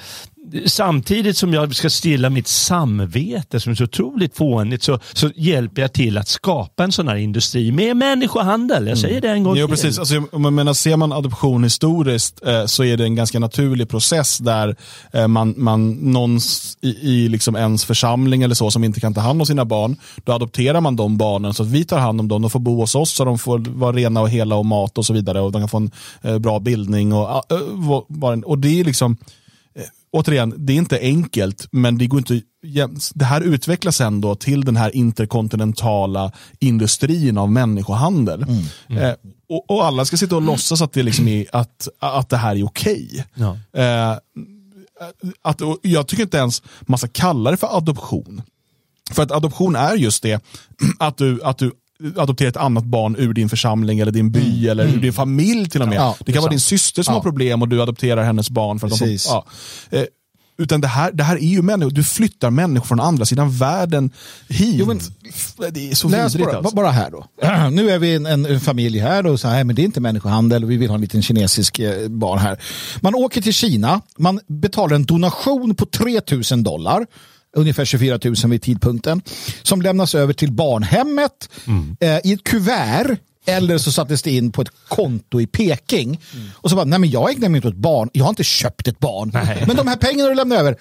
samtidigt som jag ska stilla mitt samvete som är så otroligt fånigt så, så hjälper jag till att skapa en sån här industri med människohandel. Jag säger det en gång till. Jo, precis. Alltså, jag menar, ser man adoption historiskt eh, så är det en ganska naturlig process där eh, man, man någons i, i liksom ens församling eller så som inte kan ta hand om sina barn, då adopterar man de barnen så att vi tar hand om dem. De får bo hos oss så de får vara rena och hela och mat och så vidare och de kan få en eh, bra bildning och, äh, och det är liksom återigen, det är inte enkelt, men det går inte, det här utvecklas ändå till den här interkontinentala industrin av människohandel. Mm. Mm. Eh, och, och alla ska sitta och låtsas att det, liksom är, att, att det här är okej. Ja. Eh, att, jag tycker inte ens man ska kalla det för adoption. För att adoption är just det, att du, att du adoptera ett annat barn ur din församling eller din by mm. eller ur din familj till och med. Ja, det kan vara din syster som ja. har problem och du adopterar hennes barn för att de får, ja. eh, utan det här, det här är ju människor, du flyttar människor från andra sidan världen hit. Jo, men, det är så vidrigt bara, alltså. bara här då. Nu är vi en, en, en familj här och så här, men det är inte människohandel och vi vill ha en liten kinesisk eh, barn här. Man åker till Kina, man betalar en donation på tre tusen dollar, ungefär tjugofyra tusen vid tidpunkten, som lämnas över till barnhemmet mm. eh, i ett kuvert Eller så sattes det in på ett konto i Peking. Mm. Och så bara, nej men jag ägnar mig inte åt barn. Jag har inte köpt ett barn. Nej. Men de här pengarna du lämnar över.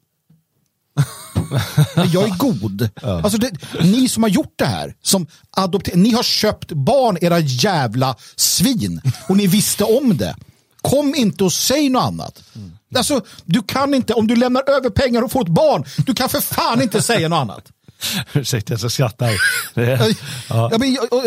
Jag är god. Ja. Alltså det, ni som har gjort det här, som adopter- ni har köpt barn, era jävla svin. Och ni visste om det. Kom inte och säg något annat. Mm. Alltså, du kan inte, om du lämnar över pengar och får ett barn, du kan för fan inte säga något annat. Ursäkta, jag så skrattar. Ja. Ja, men, jag, och,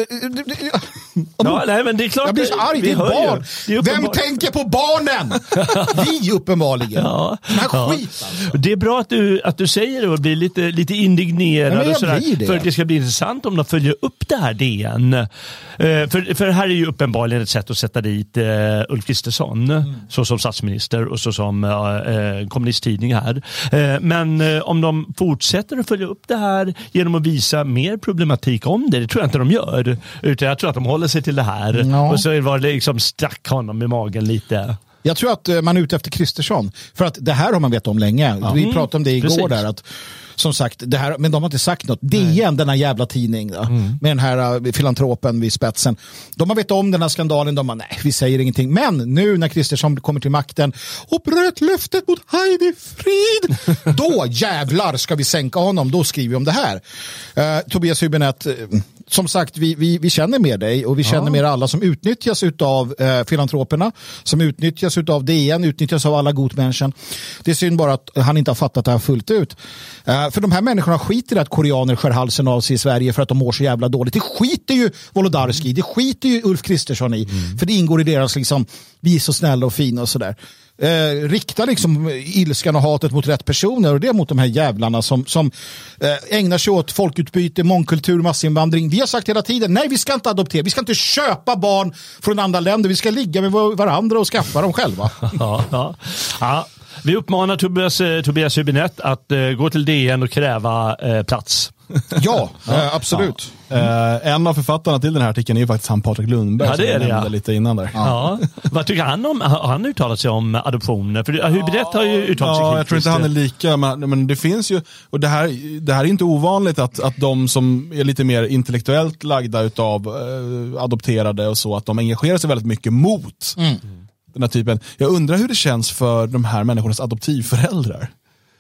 ja, nej, men det är klart. Jag blir så arg, det är barn. Det är Vem tänker på barnen? Vi uppenbarligen. Ja. Ja. Skit, alltså. Det är bra att du, att du säger det och blir lite, lite indignerad. Ja, och sådär, det. För det ska bli intressant om de följer upp det här D N. Uh, för, för här är ju uppenbarligen ett sätt att sätta dit uh, Ulf Kristersson mm. så som statsminister och så som uh, uh, kommunisttidning här. Uh, men uh, om de fortsätter att följa upp det här genom att visa mer problematik om det. Det tror jag inte de gör. Utan jag tror att de håller sig till det här. Ja. Och så var det liksom stack honom i magen lite. Jag tror att man är ute efter Kristersson. För att det här har man vet om länge. Ja. Vi pratade om det igår Precis. där. Att, som sagt, det här, men de har inte sagt något. D N, den här jävla tidning då, mm. med den här uh, filantropen vid spetsen. De har vet om den här skandalen. De har, nej, vi säger ingenting. Men nu när Kristersson kommer till makten och bröt löftet mot Heidi Frid, då jävlar ska vi sänka honom. Då skriver vi om det här. Uh, Tobias Hübinette, uh, som sagt, vi, vi, vi känner med dig och vi känner ja. med alla som utnyttjas utav uh, filantroperna, som utnyttjas utav D N, utnyttjas av alla godmänniskan. Det är synd bara att han inte har fattat det här fullt ut. Uh, för de här människorna skiter i att koreaner skär halsen av sig i Sverige för att de mår så jävla dåligt. Det skiter ju Wolodarski, det skiter ju Ulf Kristersson i. Mm. För det ingår i deras liksom, vi är så snälla och fina och sådär. Eh, rikta liksom ilskan och hatet mot rätt personer och det mot de här jävlarna som, som eh, ägnar sig åt folkutbyte, mångkultur, massinvandring. Vi har sagt hela tiden, nej vi ska inte adoptera, vi ska inte köpa barn från andra länder, vi ska ligga med varandra och skaffa dem själva. Ja, ja. Ja. Vi uppmanar Tobias, Tobias Hübinette att uh, gå till D N och kräva uh, plats. Ja, ja. Uh, absolut. Ja. Uh, en av författarna till den här artikeln är ju faktiskt han Patrik Lundberg. Ja, det är det, ja. Lite innan där. Ja. Ja. Vad tycker han om? Har han uttalat sig om adoptioner? För Hübinette har ju uttalat sig Ja, jag tror inte han är lika, men, men det finns ju, och det här, det här är inte ovanligt att, att de som är lite mer intellektuellt lagda utav uh, adopterade och så, att de engagerar sig väldigt mycket mot mm. den här typen. Jag undrar hur det känns för de här människornas adoptivföräldrar.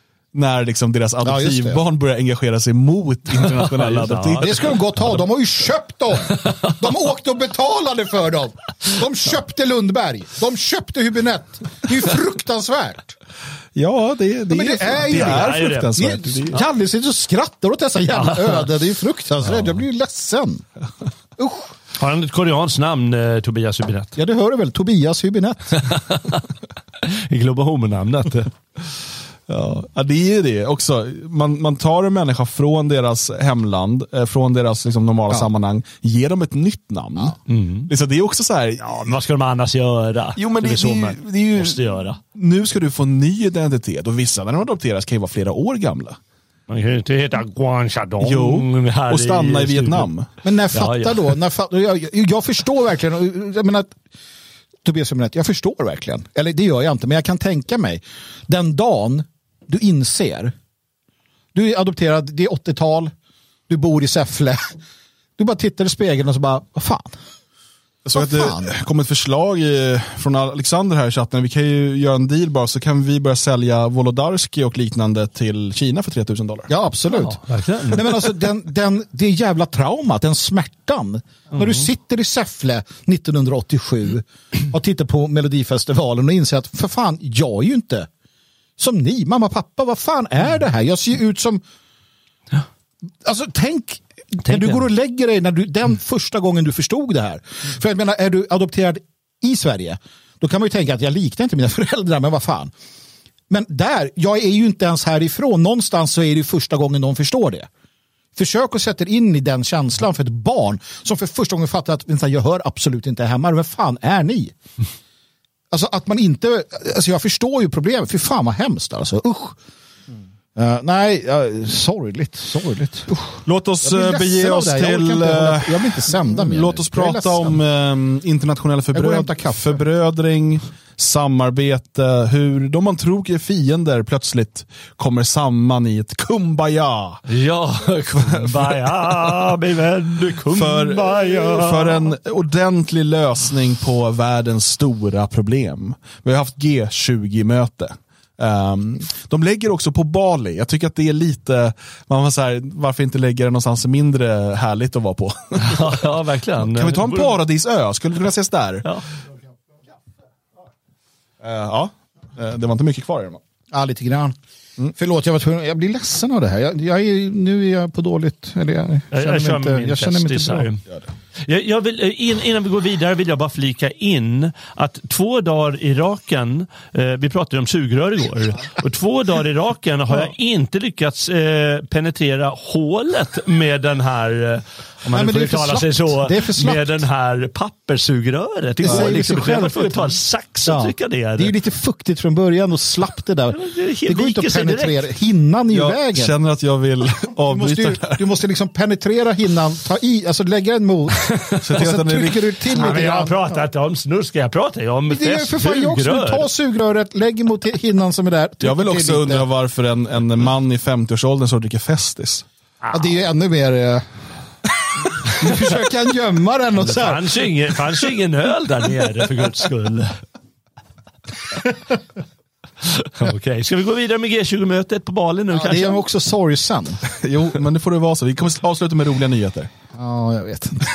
När liksom deras adoptivbarn ja, börjar engagera sig mot internationella adoptiv. Det ska de gott ha. De har ju köpt dem. De åkte och betalade för dem. De köpte Lundberg. De köpte Hübinette. Det är ju fruktansvärt. Ja, det, det, ja, är, det är ju det. Är det. fruktansvärt. Janne sitter och skrattar åt dessa jävla öden. Det är ju fruktansvärt. Ja. Jag blir ju ledsen. Usch. Har han ett koreanskt namn, eh, Tobias Hübinette? Ja, det hör du väl. Tobias Hübinette. I Global Home-namnet. Ja, det är ju det också. Man, man tar en människa från deras hemland, eh, från deras liksom, normala ja. sammanhang, ger dem ett nytt namn. Ja. Mm. Det är också så här. Ja, men vad ska de annars göra? Jo, men det, det, är, så det, man det är ju, måste göra. Nu ska du få en ny identitet och vissa när de adopteras kan ju vara flera år gamla. Man kan ju inte heta Guan Chadong. Jo, här och stanna i, i Vietnam. Men när fattar ja, ja. då? När fattar, jag, jag förstår verkligen. Jag menar, Tobias Hübinette, jag förstår verkligen. Eller det gör jag inte, men jag kan tänka mig. Den dagen du inser, du är adopterad, det är åttiotal, du bor i Säffle. Du bara tittar i spegeln och så bara, vad fan? Jag såg att det kom ett förslag i, från Alexander här i chatten. Vi kan ju göra en deal bara, så kan vi börja sälja Wolodarski och liknande till Kina för tre tusen dollar. Ja, absolut. Ja, nej, men alltså, den, den, det jävla traumat, den smärtan. Mm. När du sitter i Säffle nittonhundraåttiosju och tittar på Melodifestivalen och inser att för fan, jag är ju inte som ni, mamma, pappa, vad fan är det här? Jag ser ju ut som... Alltså, tänk... Tänk när du går och lägger dig, när du, den mm. första gången du förstod det här. Mm. För jag menar, är du adopterad i Sverige, då kan man ju tänka att jag liknar inte mina föräldrar, men vad fan. Men där, jag är ju inte ens härifrån. Någonstans så är det första gången de förstår det. Försök att sätta in i den känslan för ett barn som för första gången fattar att jag hör absolut inte hemma. Vad fan är ni? Alltså att man inte, alltså jag förstår ju problemet, för fan vad hemskt alltså, usch. Mm. Uh, nej, uh, sorgligt, sorgligt. Usch. Låt oss bege oss till, jag, inte, jag vill inte sända mer. Låt oss prata om um, internationell förbröd, förbrödring. samarbete, hur de man tror är fiender plötsligt kommer samman i ett kumbaya. Ja, kumbaya, min vän, kumbaya. För, för en ordentlig lösning på världens stora problem. Vi har haft G tjugo-möte. Um, de lägger också på Bali. Jag tycker att det är lite, man var så här, varför inte lägga det någonstans mindre härligt att vara på? Ja, ja, verkligen. Kan vi ta en paradisö? Skulle vi kunna ses där? Ja, uh, ja. Uh, det var inte mycket kvar i dem. Ja, lite grann. Mm. Förlåt, jag var tvungen, jag blir ledsen av det här. Jag, jag är, nu är jag på dåligt. Eller jag, jag, känner, jag, mig inte, jag känner mig inte bra. Jag, jag vill, in, innan vi går vidare vill jag bara flika in att två dagar i raken, eh, vi pratade om sugrör igår, och två dagar i raken har jag inte lyckats eh, penetrera hålet med den här, eh, om man Nej, nu får uttala sig så, med den här papperssugröret. Det går liksom, liksom själv, jag får ta en sax och ja. trycka ner. Det är ju lite fuktigt från början och slapp det där. Det, det går inte att penetrera. Hinnan är ju jag vägen. Jag känner att jag vill avbryta du måste, ju, du måste liksom penetrera hinnan, ta i, alltså lägga den mot. Så och sen trycker du till ja, jag har pratat om snusk, jag pratar om fest, för fan, jag också, ta sugröret, lägg mot hinnan som är där. Jag vill också undra varför en, en man i femtioårsåldern så dricker Festis. Ja, det är ju ännu mer... Eh... Nu försöker han gömma den och så här. Det fanns ju ingen, fanns ju ingen öl där nere för guds skull. Okej, okay. Ska vi gå vidare med G tjugo-mötet på Bali nu? Ja, kanske? det är också sorgsen. Jo, men det får det vara så. Vi kommer avsluta med roliga nyheter. Ja, jag vet inte.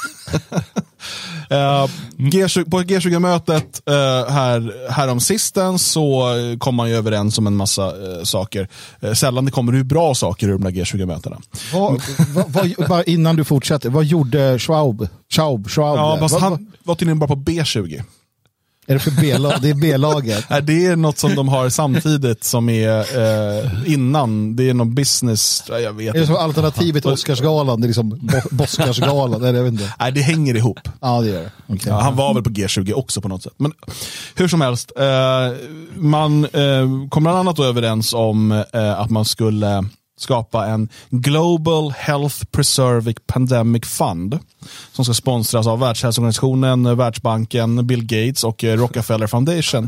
Uh, G tjugo, på G tjugo-mötet uh, här, här om sisten så kom man ju överens om en massa uh, saker. Uh, sällan det kommer hur bra saker ur de där G tjugo-mötena. Vad, vad, vad, innan du fortsätter, vad gjorde Schwab? Schwab, Schwab ja, fast vad, han var tydligen bara på B tjugo. Är det för B-lag? Det är B-laget. Nej, det är något som de har samtidigt som är uh, innan. Det är någon business, jag vet inte. Det är som alternativet Oscarsgalan, det är liksom bo- Boscarsgalan. Nej, jag vet inte. Nej, det hänger ihop. Ja, det gör det. Okay. Ja, han var väl på G tjugo också på något sätt. Men hur som helst, uh, man uh, kom bland annat då överens om uh, att man skulle skapa en Global Health Preserving Pandemic Fund som ska sponsras av Världshälsoorganisationen, Världsbanken, Bill Gates och Rockefeller Foundation.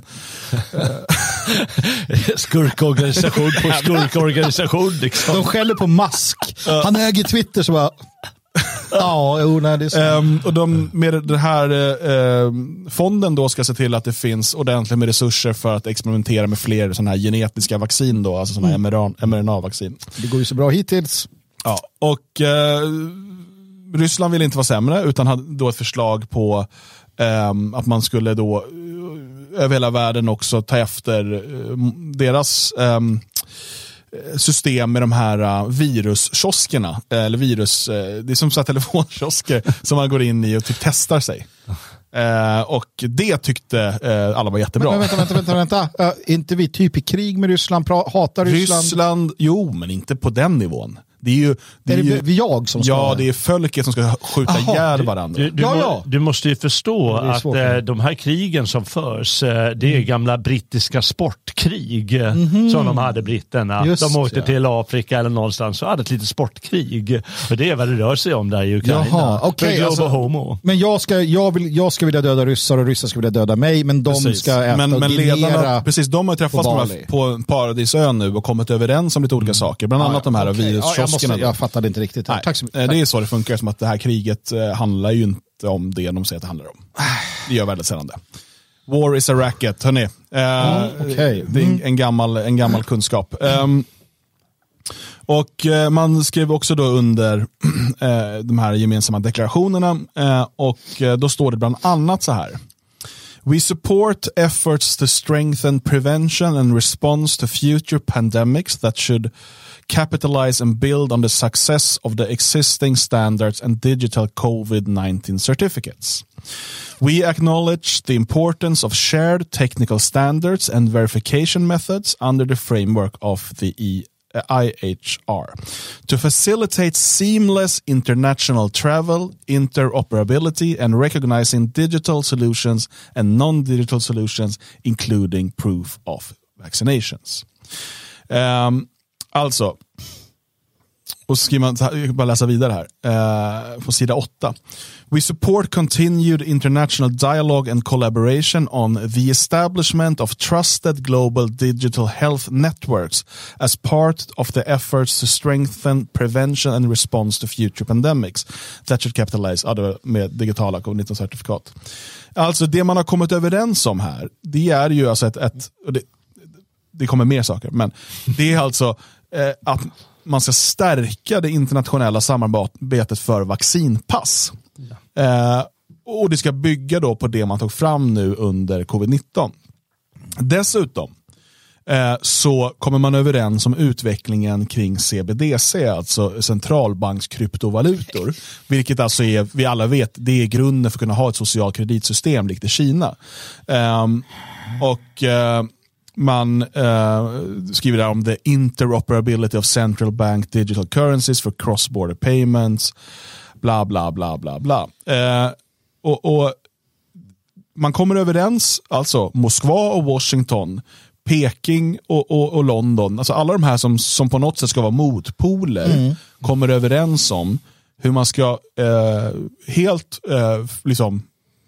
Skurkorganisation på skurkorganisation. Liksom. De skäller på Musk. Han äger Twitter så bara... Ja, jo, nej, det är så. Um, och de, med den här uh, fonden då ska se till att det finns ordentligt med resurser för att experimentera med fler sådana här genetiska vaccin då, alltså sådana här mm. M R N A-vaccin. Det går ju så bra hittills. Ja, och uh, Ryssland vill inte vara sämre utan hade då ett förslag på um, att man skulle då uh, över hela världen också ta efter uh, deras um, system med de här uh, viruskioskerna eller virus, uh, det är som så här telefonkiosker som man går in i och typ testar sig. Uh, och det tyckte uh, alla var jättebra. Men, vänta, vänta, vänta, vänta. Uh, inte vi typ i krig med Ryssland, pra- hatar Ryssland? Ryssland, jo, men inte på den nivån. Det är ju, det är, är det ju, jag som ska... Ja, det är folket som ska skjuta Aha, ihjäl varandra. Du, du, ja, må, ja. du måste ju förstå att svårt, äh, de här krigen som förs, äh, det är mm. gamla brittiska sportkrig mm-hmm. som de hade britterna. Just, de åkte ja. till Afrika eller någonstans och hade ett litet sportkrig. Och det är vad det rör sig om där i Ukraina. Jaha, okay, alltså, homo. Men jag ska, jag, vill, jag ska vilja döda ryssar och ryssar ska vilja döda mig, men de precis. ska äta men, och men ledarna, precis, de har träffats på, på Paradisön nu och kommit överens om lite olika mm. saker. Bland annat ja, de här okay. viruskioskerna. Ja, jag, jag fattade inte riktigt. Nej, tack så mycket. Det är så det funkar, som att det här kriget eh, handlar ju inte om det de säger att det handlar om. Det gör väldigt sällan det. War is a racket, hörni. Eh, mm, okay. Det är en gammal, en gammal kunskap. Um, och eh, man skrev också då under eh, de här gemensamma deklarationerna eh, och eh, då står det bland annat så här. We support efforts to strengthen prevention and response to future pandemics that should capitalize and build on the success of the existing standards and digital covid nineteen certificates. We acknowledge the importance of shared technical standards and verification methods under the framework of the E. I H R to facilitate seamless international travel, interoperability and recognizing digital solutions and non-digital solutions including proof of vaccinations. Um, alltså och så skriver man, jag kan bara läsa vidare här, eh, på sida åtta. We support continued international dialogue and collaboration on the establishment of trusted global digital health networks as part of the efforts to strengthen prevention and response to future pandemics that should capitalize other med digitala covid nitton-certifikat. Alltså det man har kommit överens om här, det är ju alltså ett, ett det, det kommer mer saker, men det är alltså eh, att man ska stärka det internationella samarbetet för vaccinpass. Ja. Eh, och det ska bygga då på det man tog fram nu under covid nitton. Dessutom eh, så kommer man överens om utvecklingen kring C B D C, alltså centralbankskryptovalutor, vilket alltså är, vi alla vet, det är grunden för att kunna ha ett socialt kreditsystem likt i Kina. Eh, och eh, Man uh, skriver där om the interoperability of central bank digital currencies for cross-border payments, bla bla bla bla bla. Uh, och, och man kommer överens, alltså Moskva och Washington, Peking och, och, och London, alltså alla de här som, som på något sätt ska vara motpoler, mm. kommer överens om hur man ska uh, helt uh, liksom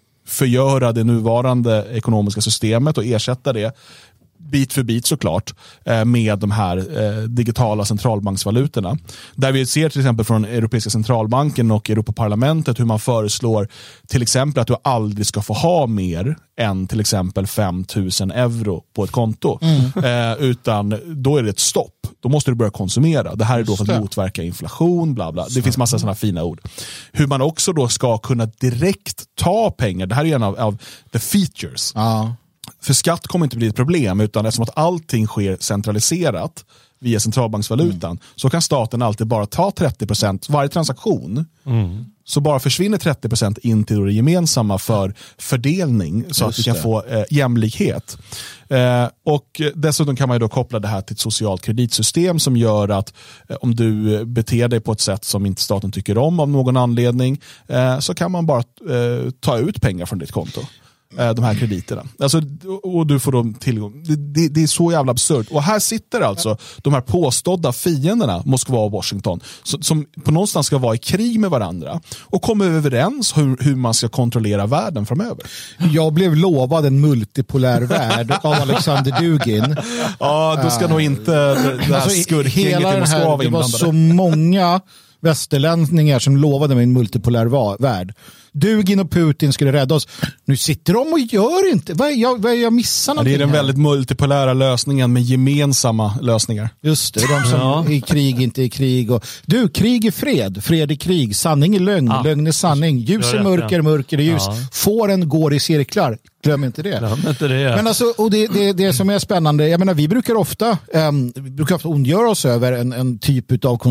förgöra det nuvarande ekonomiska systemet och ersätta det bit för bit såklart med de här digitala centralbanksvalutorna. Där vi ser till exempel från Europeiska centralbanken och Europaparlamentet hur man föreslår till exempel att du aldrig ska få ha mer än till exempel fem tusen euro på ett konto. Mm. Utan då är det ett stopp. Då måste du börja konsumera. Det här är då för att motverka inflation, bla bla. Det finns massa sådana fina ord. Hur man också då ska kunna direkt ta pengar. Det här är en av, av the features. Ja. För skatt kommer inte bli ett problem, utan eftersom att allting sker centraliserat via centralbanksvalutan, mm. så kan staten alltid bara ta trettio procent varje transaktion. Mm. Så bara försvinner trettio procent in till det gemensamma för fördelning så Just att vi kan det. få eh, jämlikhet. Eh, och dessutom kan man ju då koppla det här till ett socialt kreditsystem som gör att eh, om du beter dig på ett sätt som inte staten tycker om av någon anledning, eh, så kan man bara eh, ta ut pengar från ditt konto. De här krediterna. Alltså, och du får då tillgång. Det, det, det är så jävla absurt. Och här sitter alltså de här påstådda fienderna, Moskva och Washington, som, som på någonstans ska vara i krig med varandra och komma överens hur, hur man ska kontrollera världen framöver. Jag blev lovad en multipolär värld av Alexander Dugin. Ja, då ska uh, nog inte det här alltså, skurkgänget i Moskva vara inblandade. Det var så många västerlänningar som lovade mig en multipolär va- värld. Dugin och Putin skulle rädda oss. Nu sitter de och gör inte. Vad är jag, vad är jag missar någonting? Ja, det är den här väldigt multipolära lösningen med gemensamma lösningar. Just det, de som ja. är i krig inte i krig. Och, du, krig är fred, fred är krig, sanning är lögn, ja. lögn är sanning, ljus är mörker, mörker är ljus. Ja. Fåren går i cirklar. Glöm inte det. Glöm inte det ja. Men alltså, och det, det, det som är spännande, jag menar, vi brukar ofta, um, vi brukar ofta ondgöra oss över en, en typ av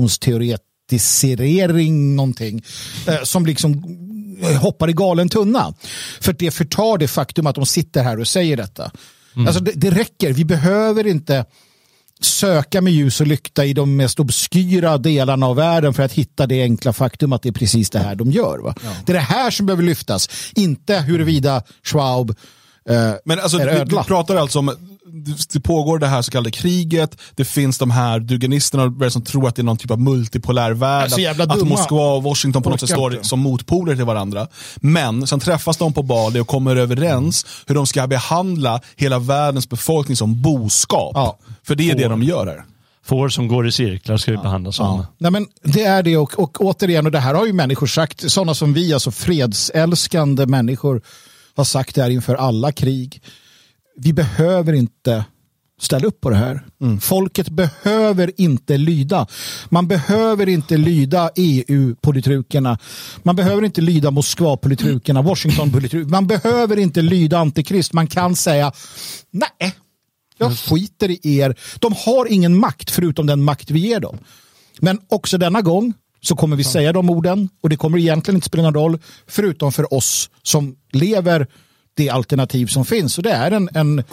konspirationsteoretisering någonting eh, som liksom hoppar i galen tunna. För det förtar det faktum att de sitter här och säger detta. Mm. Alltså det, det räcker. Vi behöver inte söka med ljus och lykta i de mest obskyra delarna av världen för att hitta det enkla faktum att det är precis det här de gör. Va? Ja. Det är det här som behöver lyftas. Inte huruvida Schwab eh, Men alltså, är ödla. Vi pratar alltså om det pågår det här så kallade kriget. Det finns de här duginisterna som tror att det är någon typ av multipolär värld. Att, att Moskva och Washington på något sätt står som motpoler till varandra. Men sen träffas de på Bali och kommer överens hur de ska behandla hela världens befolkning som boskap. Ja. För det är Får. det de gör här. Får som går i cirklar ska vi ja. behandla som. Ja. Nej, men det är det och, och återigen, och det här har ju människor sagt, sådana som vi, alltså fredsälskande människor har sagt det här inför alla krig. Vi behöver inte ställa upp på det här. Mm. Folket behöver inte lyda. Man behöver inte lyda E U-politrukerna. Man behöver inte lyda Moskva-politrukerna, Washington-politrukerna. Man behöver inte lyda Antikrist. Man kan säga, nej, jag skiter i er. De har ingen makt förutom den makt vi ger dem. Men också denna gång så kommer vi säga de orden och det kommer egentligen inte spela någon roll förutom för oss som lever det alternativ som finns. Och det är en, en,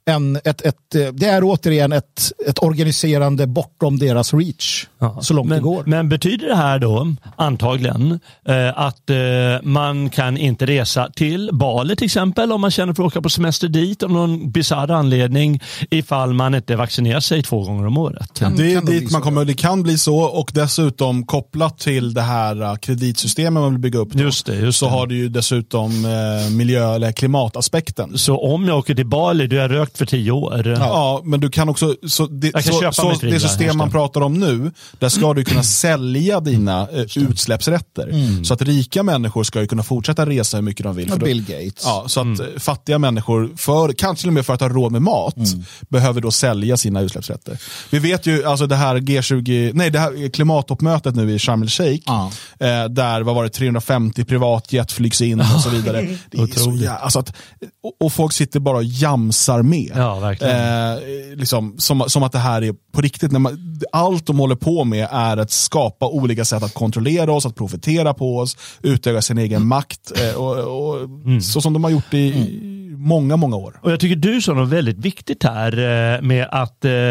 en, ett, ett, det är återigen ett, ett organiserande bortom deras reach. Ja. Så långt men, det går. Men betyder det här då antagligen eh, att eh, man kan inte resa till Bali till exempel om man känner för att åka på semester dit av någon bizarr anledning ifall man inte vaccinerar sig två gånger om året? Kan, det är dit man kommer, det kan bli så, och dessutom kopplat till det här kreditsystemet man vill bygga upp då, just det, just så det. har du ju dessutom eh, miljö- eller klimataspekten. Så om jag åker till Bali, du har rökt för tio år. Ja, ja, men du kan också, så det, kan så, så, det system man pratar om nu, där ska du kunna sälja dina eh, utsläppsrätter. Mm. Så att rika människor ska ju kunna fortsätta resa hur mycket de vill. För då, Bill Gates. Ja, så att mm. fattiga människor, för, kanske till och med för att ha råd med mat, mm. behöver då sälja sina utsläppsrätter. Vi vet ju, alltså det här G tjugo, nej det här klimattoppmötet nu i Sharm el-Sheikh, ah. eh, där vad var det, trehundrafemtio privatjet flygs in och så vidare. Det är så, ja, alltså att, och, och folk sitter bara och jamsar med. Ja, verkligen. Eh, liksom, som, som att det här är på riktigt. När man, allt de håller på med är att skapa olika sätt att kontrollera oss, att profitera på oss, utöva sin egen makt, eh, och, och, mm. så som de har gjort i mm. många, många år. Och jag tycker du sa något väldigt viktigt här eh, med att eh,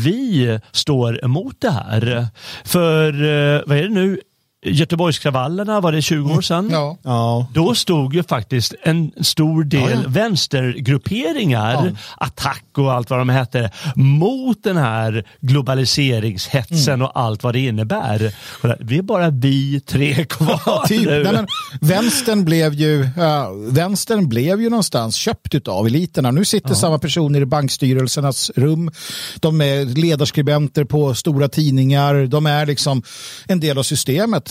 vi står emot det här. För eh, vad är det nu? Göteborgskravallerna, var det tjugo år sedan? Ja. Ja. Då stod ju faktiskt en stor del ja, ja. vänstergrupperingar, ja. Attack och allt vad de hette, mot den här globaliseringshetsen mm. och allt vad det innebär. Det är bara vi tre kvar. Ja, typ. Nej, men, vänstern blev ju ja, vänstern blev ju någonstans köpt av eliterna. Nu sitter ja. samma personer i bankstyrelsernas rum. De är ledarskribenter på stora tidningar. De är liksom en del av systemet.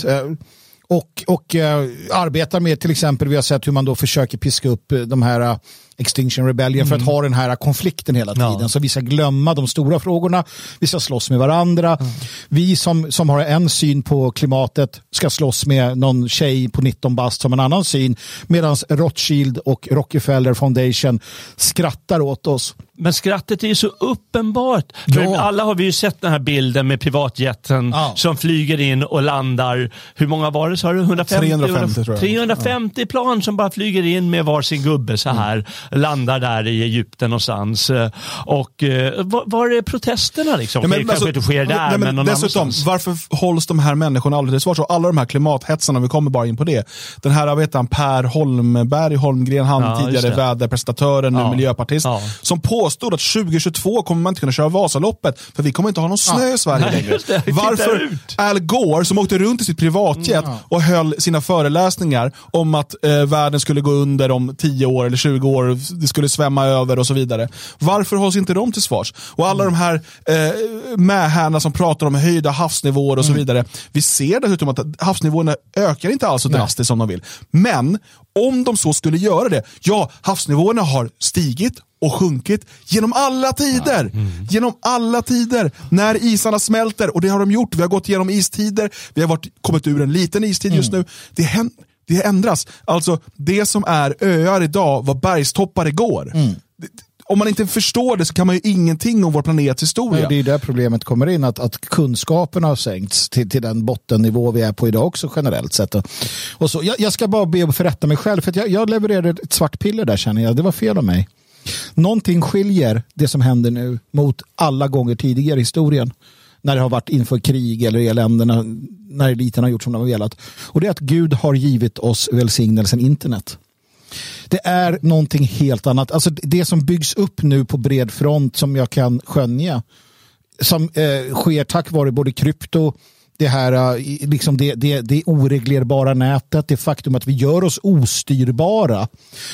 Och, och uh, arbetar med till exempel, vi har sett hur man då försöker piska upp de här uh, Extinction Rebellion mm. för att ha den här konflikten hela tiden. Ja. Så vi ska glömma de stora frågorna, vi ska slåss med varandra. Mm. Vi som, som har en syn på klimatet ska slåss med någon tjej på nitton bast som en annan syn, medan Rothschild och Rockefeller Foundation skrattar åt oss. Men skrattet är ju så uppenbart. Ja. För alla har vi ju sett den här bilden med privatjeten ja. som flyger in och landar. Hur många var det? Så har du hundrafemtio, trehundrafemtio tror jag. trehundrafemtio ja. plan som bara flyger in med varsin gubbe så här. Mm. Landar där i Egypten någonstans. Och var, var är protesterna liksom? Ja, men, det kanske inte sker där, nej, men, men dessutom, annanstans. Varför hålls de här människorna aldrig till svars? Så alla de här klimathetsarna, vi kommer bara in på det. Den här, vet han, Per Holmberg, Holmgren, han ja, tidigare väderprestatören, ja. miljöpartist, ja. som påstod att tjugo tjugotvå kommer man inte kunna köra Vasaloppet för vi kommer inte ha någon snö ja. i Sverige nej, längre. Det, varför Al Gore, som åkte runt i sitt privatjet mm. och höll sina föreläsningar om att eh, världen skulle gå under om tio år eller tjugo år, det skulle svämma över och så vidare. Varför hålls inte de till svars? Och alla mm. de här eh, mähärna som pratar om höjda havsnivåer och mm. så vidare. Vi ser dessutom att havsnivåerna ökar inte alls så drastiskt som de vill. Men om de så skulle göra det, ja, havsnivåerna har stigit och sjunkit genom alla tider. Ja. Mm. Genom alla tider. När isarna smälter, och det har de gjort. Vi har gått igenom istider. Vi har varit, kommit ur en liten istid mm. just nu. Det händer. Det ändras. Alltså, det som är öar idag var bergstoppar igår. Mm. Om man inte förstår det så kan man ju ingenting om vår planets historia. Det är där problemet kommer in, att, att kunskapen har sänkts till, till den bottennivå vi är på idag också generellt sett. Och så, jag, jag ska bara be att förrätta mig själv, för att jag, jag levererade ett svart piller där, känner jag. Det var fel av mig. Någonting skiljer det som händer nu mot alla gånger tidigare i historien. När det har varit inför krig eller eländerna, när eliten har gjort som de har velat. Och det är att Gud har givit oss välsignelsen internet. Det är någonting helt annat. Alltså det som byggs upp nu på bred front som jag kan skönja, som eh, sker tack vare både krypto, det här liksom det, det, det oreglerbara nätet, det faktum att vi gör oss ostyrbara.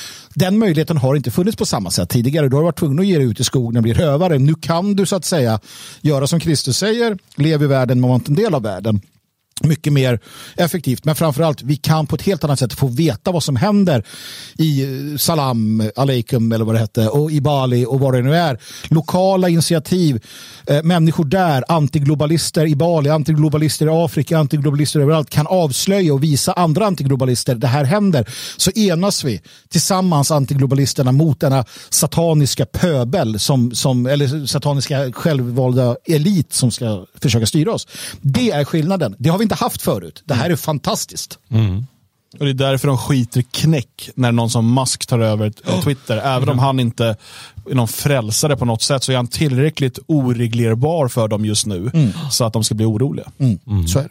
Den möjligheten har inte funnits på samma sätt tidigare. Du har varit tvungen att ge dig ut i skogen och bli rövare. Nu kan du så att säga göra som Kristus säger, lev i världen men var inte en del av världen. Mycket mer effektivt, men framförallt vi kan på ett helt annat sätt få veta vad som händer i Salam Aleikum eller vad det hette, och i Bali och vad det nu är. Lokala initiativ, eh, människor där, antiglobalister i Bali, antiglobalister i Afrika, antiglobalister överallt kan avslöja och visa andra antiglobalister det här händer. Så enas vi tillsammans, antiglobalisterna, mot denna sataniska pöbel som, som, eller sataniska självvalda elit som ska försöka styra oss. Det är skillnaden. Det har vi inte haft förut. Det här är fantastiskt. Mm. Och det är därför de skiter knäck när någon som Musk tar över oh. Twitter. Även mm. om han inte är någon frälsare på något sätt, så är han tillräckligt oreglerbar för dem just nu mm. så att de ska bli oroliga. Mm. Mm. Så är det.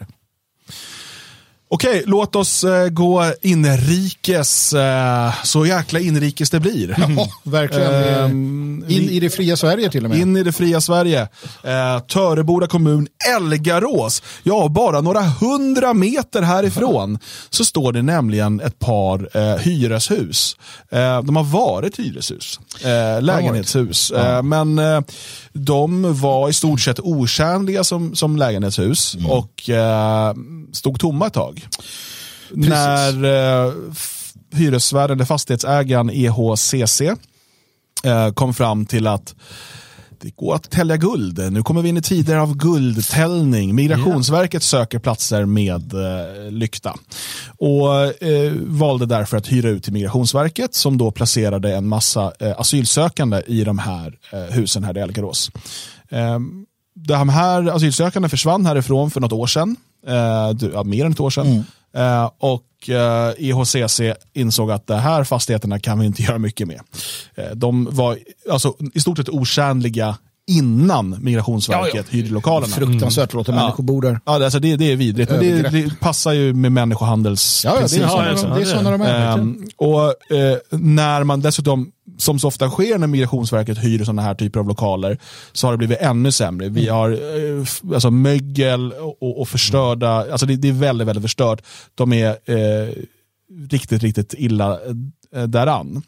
Okej, låt oss eh, gå inrikes, eh, så jäkla inrikes det blir. Ja, verkligen. Um, in i det fria Sverige till och med. In i det fria Sverige. Eh, Töreboda kommun, Elgarås. Ja, bara några hundra meter härifrån så står det nämligen ett par eh, hyreshus. Eh, de har varit hyreshus, eh, lägenhetshus. Ja. Eh, men eh, de var i stort sett otjänliga som, som lägenhetshus mm. och eh, stod tomma ett tag. Precis. När eh, hyresvärden eller fastighetsägaren E H C C eh, kom fram till att det går att tälja guld. Nu kommer vi in i tider av guldtäljning. Migrationsverket yeah. söker platser med eh, lykta. Och eh, valde därför att hyra ut till Migrationsverket, som då placerade en massa eh, asylsökande i de här eh, husen här i Elgarås. Eh, de här asylsökande försvann härifrån för något år sedan. Eh, ja, mer än ett år sedan. Mm. Eh, och eh, E H C C insåg att de här fastigheterna kan vi inte göra mycket med. Eh, de var alltså i stort sett otjänliga innan Migrationsverket ja, ja. hyrde lokalerna. Fruktansvärt låter mm. människor bor där. Ja, alltså det, det är vidrigt. Men det, det passar ju med människohandels ja, ja, det är sådana de, det är sådana de är. Um, och eh, när man dessutom, som så ofta sker när Migrationsverket hyr sådana här typer av lokaler, så har det blivit ännu sämre. Vi har eh, alltså mögel och, och förstörda, alltså det, det är väldigt, väldigt förstört. De är eh, riktigt, riktigt illa eh, däran.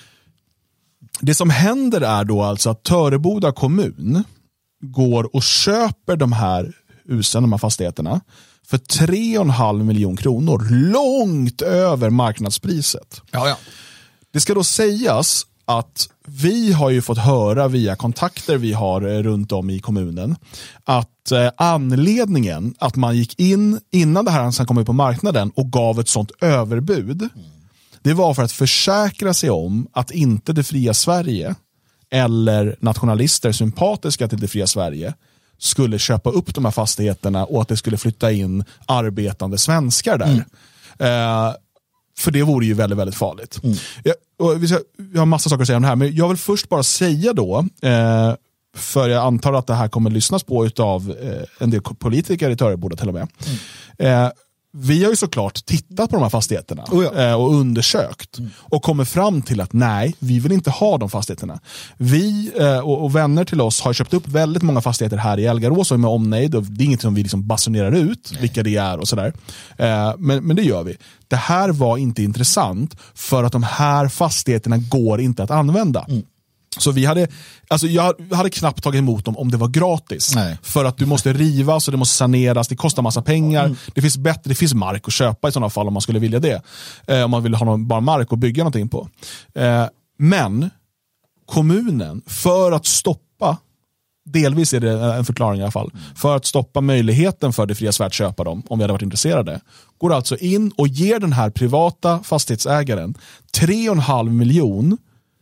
Det som händer är då alltså att Töreboda kommun går och köper de här husen, de här fastigheterna, för tre och en halv miljon kronor, långt över marknadspriset. Ja, ja. Det ska då sägas att vi har ju fått höra via kontakter vi har runt om i kommunen att eh, anledningen att man gick in innan det här sen kom ut på marknaden och gav ett sånt överbud, mm. det var för att försäkra sig om att inte det fria Sverige eller nationalister sympatiska till det fria Sverige skulle köpa upp de här fastigheterna och att det skulle flytta in arbetande svenskar där. Mm. Eh, för det vore ju väldigt, väldigt farligt. Mm. Jag, och vi, ska, vi har massa saker att säga om det här, men jag vill först bara säga då, eh, för jag antar att det här kommer lyssnas på utav eh, en del politiker i Töreboda till och med. Mm. Eh, Vi har ju såklart tittat på de här fastigheterna oh ja. och undersökt mm. och kommer fram till att nej, vi vill inte ha de fastigheterna. Vi och, och vänner till oss har köpt upp väldigt många fastigheter här i Elgarås och med omnejd, och det är inget som vi liksom basunerar ut nej. vilka det är och sådär. Men, men det gör vi. Det här var inte intressant för att de här fastigheterna går inte att använda. Mm. Så vi hade, alltså jag hade knappt tagit emot dem om det var gratis. Nej. För att du måste riva, så det måste saneras, det kostar massa pengar. Mm. Det finns bättre, det finns mark att köpa i sådana fall om man skulle vilja det. Eh, om man vill ha någon, bara mark att bygga någonting på. Eh, men kommunen, för att stoppa, delvis är det en förklaring i alla fall, för att stoppa möjligheten för det fria Sverige att köpa dem, om vi hade varit intresserade, går alltså in och ger den här privata fastighetsägaren tre och en halv miljon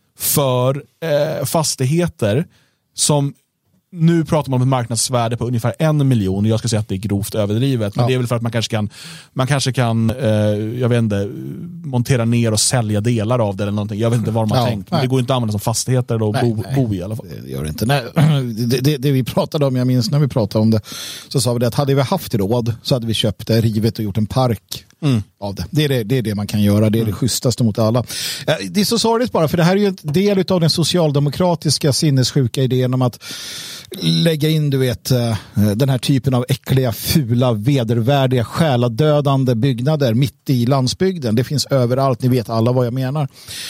för eh, fastigheter som nu pratar man om ett marknadsvärde på ungefär en miljon. Jag ska säga att det är grovt överdrivet, men ja. det är väl för att man kanske kan man kanske kan eh, jag vet inte, montera ner och sälja delar av det eller någonting. Jag vet inte vad man har ja, tänkt, men nej. det går inte att använda som fastigheter och bo, bo i i alla fall. Det gör det inte. Nej, det, det, det vi pratade om, jag minns när vi pratade om det, så sa vi det att hade vi haft råd så hade vi köpt det, rivet och gjort en park. Mm. Av det. Det, är det, det är det man kan göra. Det är mm. det schysstaste mot alla. Det är så sorgligt bara, för det här är ju en del av den socialdemokratiska sinnessjuka idén om att lägga in, du vet, den här typen av äckliga, fula, vedervärdiga, själadödande byggnader mitt i landsbygden. Det finns överallt, ni vet alla vad jag menar.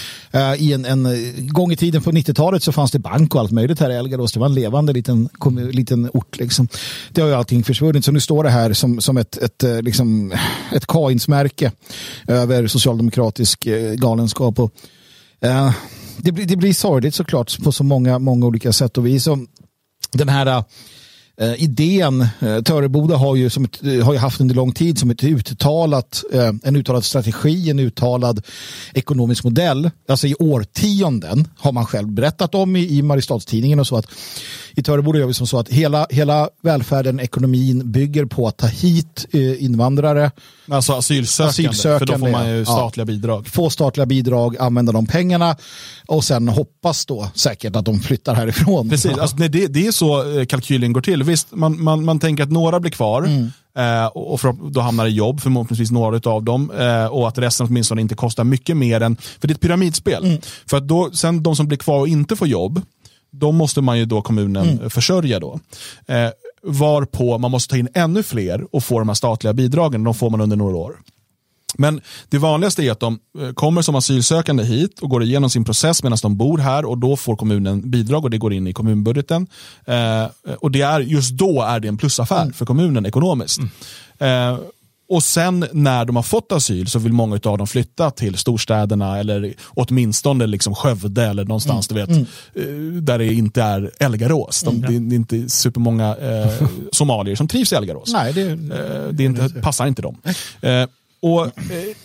I en, en gång i tiden på nittiotalet så fanns det bank och allt möjligt här i Elgarås. Det var en levande liten, liten ort liksom. Det har ju allting försvunnit, så nu står det här som, som ett, ett, liksom, ett Kainsmärke över socialdemokratisk galenskap. Och, uh, det, blir, det blir sorgligt såklart på så många, många olika sätt och vis. Som den här Uh, idén, uh, Töreboda har ju, som ett, uh, har ju haft under lång tid som ett uttalat, uh, en uttalad strategi, en uttalad ekonomisk modell. Alltså i årtionden har man själv berättat om i, i Mariestadstidningen och så, att i Töreboda gör vi som så att hela, hela välfärden, ekonomin bygger på att ta hit eh, invandrare. Alltså asylsökande, asylsökande, för då får man ju statliga ja, bidrag. Få statliga bidrag, använda de pengarna och sen hoppas då säkert att de flyttar härifrån. Precis, alltså, det, det är så kalkylen går till. Visst, man, man, man tänker att några blir kvar mm. eh, och för, då hamnar i jobb, förmodligen några av dem eh, och att resten åtminstone inte kostar mycket mer än, för det är ett pyramidspel. Mm. För att då, sen de som blir kvar och inte får jobb, då måste man ju då kommunen mm. försörja då. Eh, varpå man måste ta in ännu fler och få de här statliga bidragen, de får man under några år. Men det vanligaste är att de kommer som asylsökande hit och går igenom sin process medan de bor här, och då får kommunen bidrag och det går in i kommunbudgeten. Eh, och det är, just då är det en plusaffär mm. för kommunen ekonomiskt. Mm. Eh, och sen när de har fått asyl så vill många av dem flytta till storstäderna eller åtminstone liksom Skövde eller någonstans mm. du vet, mm. där det inte är Elgarås. De, mm. det, det är inte supermånga eh, somalier som trivs i Elgarås. Nej, det, eh, det är inte, passar inte dem. Eh, Och, eh,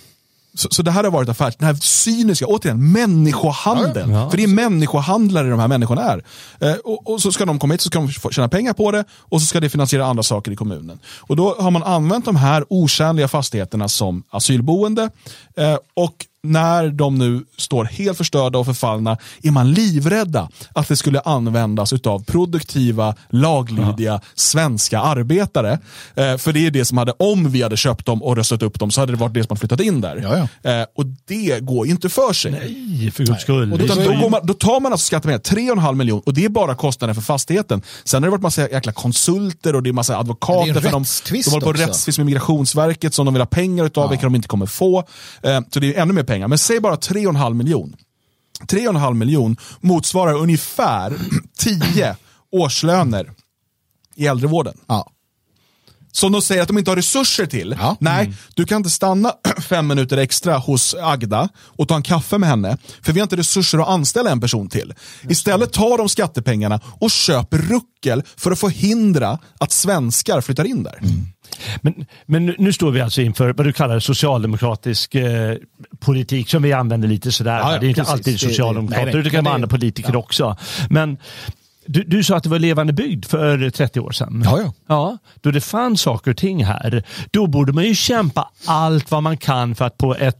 så, så det här har varit affärs, den här cyniska, återigen, människohandeln. Ja, ja. För det är människohandlare de här människorna är. Eh, och, och så ska de komma hit, så ska de få tjäna pengar på det, och så ska det finansiera andra saker i kommunen. Och då har man använt de här otjänliga fastigheterna som asylboende, eh, och när de nu står helt förstörda och förfallna är man livrädda att det skulle användas utav produktiva, laglydiga ja. svenska arbetare. Eh, för det är det som hade, om vi hade köpt dem och röstat upp dem, så hade det varit det som man flyttat in där. Ja, ja. Eh, och det går inte för sig. Nej, för guds skull. Och då, då, går man, då tar man alltså skattepengar, tre och en halv miljon, och det är bara kostnaden för fastigheten. Sen har det varit massa jäkla konsulter och det är massa advokater. Det är för de, de håller på rättstvist med Migrationsverket som de vill ha pengar utav, ja. vilka de inte kommer få. Eh, så det är ännu mer pengar. Men säg bara tre och en halv miljon. Tre och en halv miljon motsvarar ungefär tio årslöner i äldrevården. Ja. Som de säger att de inte har resurser till. Ja. Nej, mm. du kan inte stanna fem minuter extra hos Agda och ta en kaffe med henne, för vi har inte resurser att anställa en person till. Istället tar de skattepengarna och köper ruckel för att förhindra att svenskar flyttar in där. Mm. Men, men nu står vi alltså inför vad du kallar socialdemokratisk eh, politik, som vi använder lite sådär. Ja, ja, det är inte precis. alltid socialdemokrater, det, det, nej, det kan vara andra politiker ja. också. Men Du, du sa att det var levande bygd för trettio år sedan. Ja, ja. Ja, då det fanns saker och ting här. Då borde man ju kämpa allt vad man kan för att på ett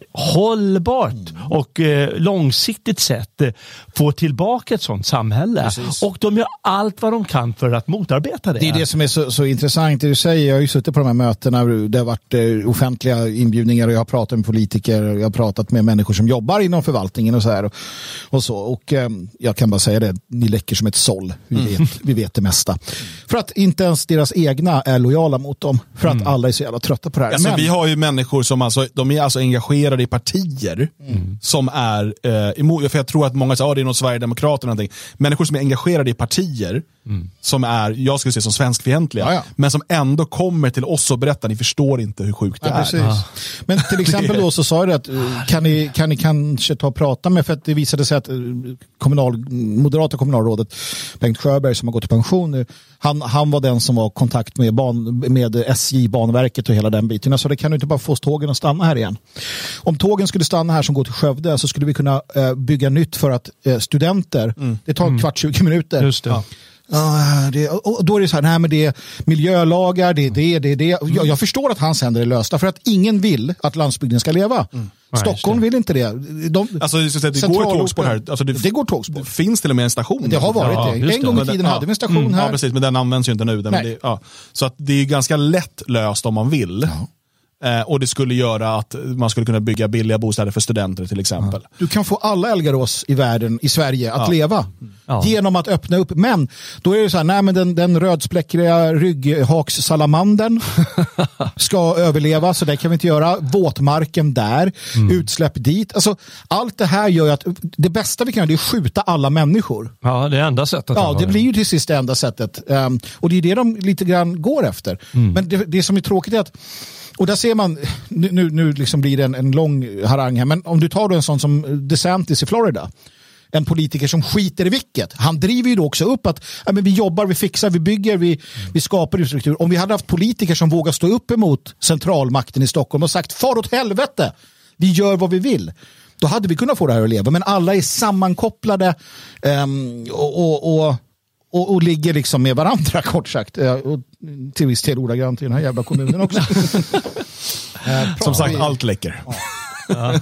hållbart mm. och eh, långsiktigt sätt eh, få tillbaka ett sådant samhälle. Precis. Och de gör allt vad de kan för att motarbeta det. Det är det som är så, så intressant det du säger. Jag har ju suttit på de här mötena. Det har varit eh, offentliga inbjudningar och jag har pratat med politiker och jag har pratat med människor som jobbar inom förvaltningen och så här. Och, och så. Och eh, jag kan bara säga det, ni läcker som ett såll. Vi vet, mm. vi vet det mesta. För att inte ens deras egna är lojala mot dem. För att mm. alla är så jävla trötta på det här. Alltså, Men... Vi har ju människor som alltså, de är alltså engagerade i partier mm. som är eh, emot, för jag tror att många säger att ah, det är någon Sverigedemokrater eller någonting. Människor som är engagerade i partier mm. som är, jag skulle säga som svenskfientliga, ja, ja. men som ändå kommer till oss och berättar, ni förstår inte hur sjukt det ja, är. Precis. Ja. Men till exempel då så sa jag att kan ni, kan ni kanske ta och prata med, för att det visade sig att kommunal, moderata kommunalrådet Bengt Sjöberg som har gått i pension nu, han, han var den som var i kontakt med, ban, med S J, Banverket och hela den biten. Så det kan du inte bara få tågen att stanna här igen. Om tågen skulle stanna här som går till Skövde så skulle vi kunna eh, bygga nytt för att eh, studenter, mm. det tar en kvart, tjugo minuter. Just det. Ja. Uh, det, och då är det så här, nej men det är miljölagar, det är det, det är det. Jag, jag förstår att hans händer är lösta för att ingen vill att landsbygden ska leva. Mm. Stockholm vill inte det. De, alltså, det, säga, det går tågspår här. Alltså, det, det går tågspår. Det finns till och med en station. Det har varit ja, det. En gång i tiden ja. hade vi en station mm. här. Ja, precis, men den används ju inte nu. Den, det, ja. Så att det är ganska lätt löst om man vill. Ja. Eh, och det skulle göra att man skulle kunna bygga billiga bostäder för studenter till exempel. Ja. Du kan få alla Elgarås i världen, i Sverige, att ja. leva. Ja. Genom att öppna upp. Men då är det så här, nej men den, den rödspäckriga rygghakssalamandern ska överleva, så det kan vi inte göra. Våtmarken där, mm. utsläpp dit. Alltså, allt det här gör ju att det bästa vi kan göra är att skjuta alla människor. Ja, det är enda sättet. Ja, det blir ju till sist det enda sättet. Um, och det är det de lite grann går efter. Mm. Men det, det som är tråkigt är att, och där ser man, nu, nu liksom blir det en, en lång harang här, men om du tar då en sån som DeSantis i Florida, en politiker som skiter i vilket, han driver ju då också upp att ja, men vi jobbar, vi fixar, vi bygger, vi, vi skapar infrastruktur. Om vi hade haft politiker som vågar stå upp emot centralmakten i Stockholm och sagt, far åt helvete, vi gör vad vi vill, då hade vi kunnat få det här att leva. Men alla är sammankopplade um, och, och, och och, och ligger liksom med varandra kort sagt. Och till viss del ordagrant i den här jävla kommunen också. Som sagt, allt läcker. Ja. Ja.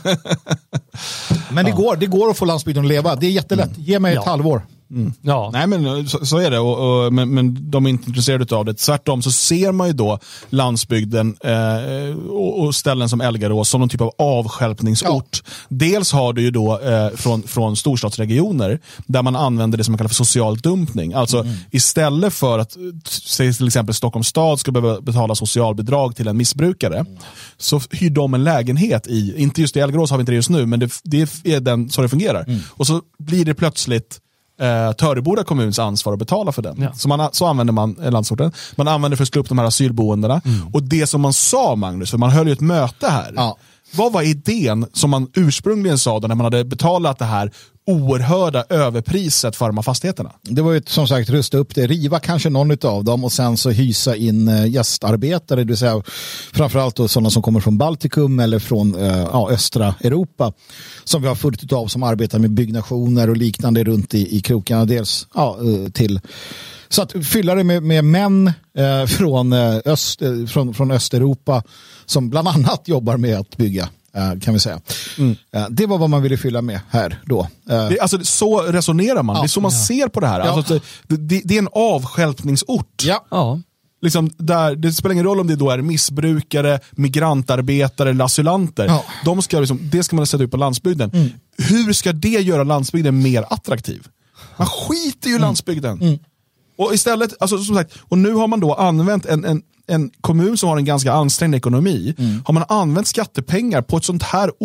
Men det går, det går att få landsbygden att leva. Det är jättelätt. Ge mig ett ja. halvår. Mm. Ja. Nej, men så, så är det och, och, men, men de är inte intresserade av det. Tvärtom så ser man ju då landsbygden eh, och, och ställen som Elgarås som någon typ av avstjälpningsort. Ja. Dels har du ju då eh, från, från storstadsregioner där man använder det som man kallar för social dumpning. Alltså mm. istället för att säg till exempel Stockholms stad ska behöva betala socialbidrag till en missbrukare mm. så hyr de en lägenhet i, inte just i Elgarås har vi inte det just nu, men det, det är den så det fungerar. Mm. Och så blir det plötsligt Eh, Töreboda kommuns ansvar att betala för den. Ja. Så, man, så använder man landsorten. Man använder för att slå upp de här asylboendena. Mm. Och det som man sa, Magnus, för man höll ju ett möte här. Ja. Vad var idén som man ursprungligen sa då när man hade betalat det här oerhörda överpriset för de här fastigheterna? Det var ju som sagt rusta upp det, riva kanske någon av dem och sen så hysa in uh, gästarbetare, det vill säga framförallt då sådana som kommer från Baltikum eller från uh, ja, östra Europa som vi har fullt av som arbetar med byggnationer och liknande runt i, i krokarna, dels ja, uh, till så att fylla det med, med män eh, från, eh, öst, eh, från, från Östeuropa som bland annat jobbar med att bygga, eh, kan vi säga. Mm. Eh, det var vad man ville fylla med här då. Eh. Det, alltså, så resonerar man. Ja. Det är så man ja. ser på det här. Ja. Alltså, det, det, det är en avstjälpningsort. Ja. Ja. Liksom där, det spelar ingen roll om det då är missbrukare, migrantarbetare eller asylanter. Ja. De ska liksom, det ska man sätta upp på landsbygden. Mm. Hur ska det göra landsbygden mer attraktiv? Man skiter ju i mm. landsbygden. Mm. Och istället, alltså som sagt, och nu har man då använt en, en, en kommun som har en ganska ansträngd ekonomi, mm. har man använt skattepengar på ett sånt här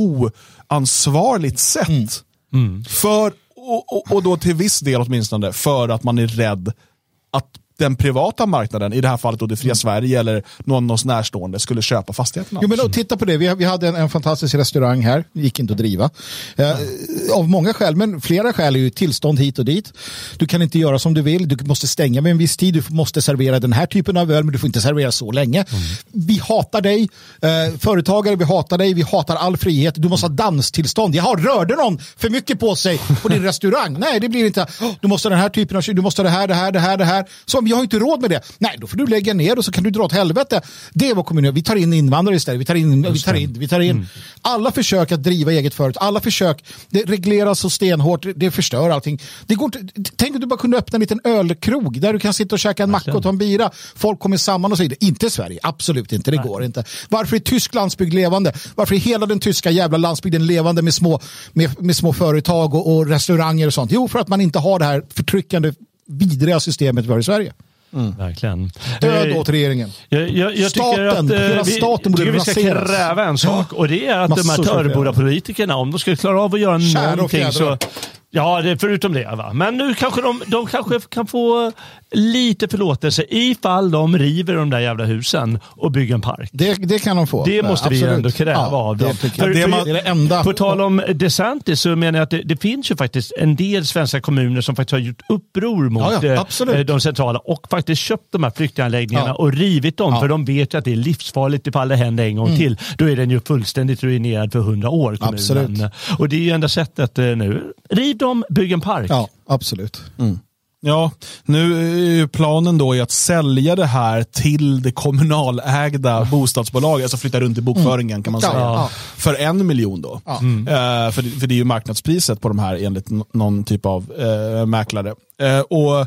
oansvarligt sätt. Mm. Mm. För, och, och, och då till viss del åtminstone, för att man är rädd att den privata marknaden, i det här fallet då det fria Sverige eller någon oss närstående, skulle köpa fastigheterna. Jo, men då, titta på det, vi, vi hade en, en fantastisk restaurang här, gick inte att driva. Eh, av många skäl, men flera skäl är ju tillstånd hit och dit. Du kan inte göra som du vill, du måste stänga med en viss tid, du måste servera den här typen av öl, men du får inte servera så länge. Mm. Vi hatar dig, eh, företagare, vi hatar dig, vi hatar all frihet, du måste ha danstillstånd. Jag har rörde någon för mycket på sig på din restaurang. Nej, det blir inte. Du måste den här typen av, du måste det här, det här, det här, det här. Så jag har inte råd med det. Nej, då får du lägga ner och så kan du dra åt helvete. Det var kommunen. Vi tar in invandrare istället. Vi tar in, vi tar in, vi tar in. Mm. Alla försök att driva eget företag. Alla försök. Det regleras så stenhårt. Det förstör allting. Det går inte, tänk att du bara kunde öppna en liten ölkrog där du kan sitta och käka en macka och ta en bira. Folk kommer samman och säger det. Inte i Sverige. Absolut inte. Det Nej. går inte. Varför är tysk landsbygd levande? Varför är hela den tyska jävla landsbygden levande med små, med, med små företag och, och restauranger och sånt? Jo, för att man inte har det här förtryckande vidriga systemet vi har i Sverige. Mm. Verkligen. Död åt regeringen. Jag, jag, jag staten, tycker att, hela staten borde vi, vi ska kräva en sak och det är att Massor de här Töreboda-politikerna, om de ska klara av att göra Kär någonting så... Ja, det är förutom det va. Men nu kanske de, de kanske kan få lite förlåtelse ifall de river de där jävla husen och bygger en park. Det, det kan de få. Det måste ja, vi absolut. ändå kräva ja, av dem. Det, för, det, man, det är det enda. På tal om DeSantis så menar jag att det, det finns ju faktiskt en del svenska kommuner som faktiskt har gjort uppror mot ja, ja, eh, de centrala och faktiskt köpt de här flyktinganläggningarna ja. och rivit dem ja. för de vet ju att det är livsfarligt ifall det händer en gång mm. till. Då är den ju fullständigt ruinerad för hundra år kommunen. Absolut. Och det är ju enda sättet eh, nu. Riv dem, bygg en park. Ja, absolut. Mm. Ja, nu är planen då att sälja det här till det kommunalägda bostadsbolaget, alltså flytta runt i bokföringen mm. kan man säga, ja. för en miljon då. Ja. Mm. Uh, för, för det är ju marknadspriset på de här enligt n- någon typ av uh, mäklare. Uh, och uh,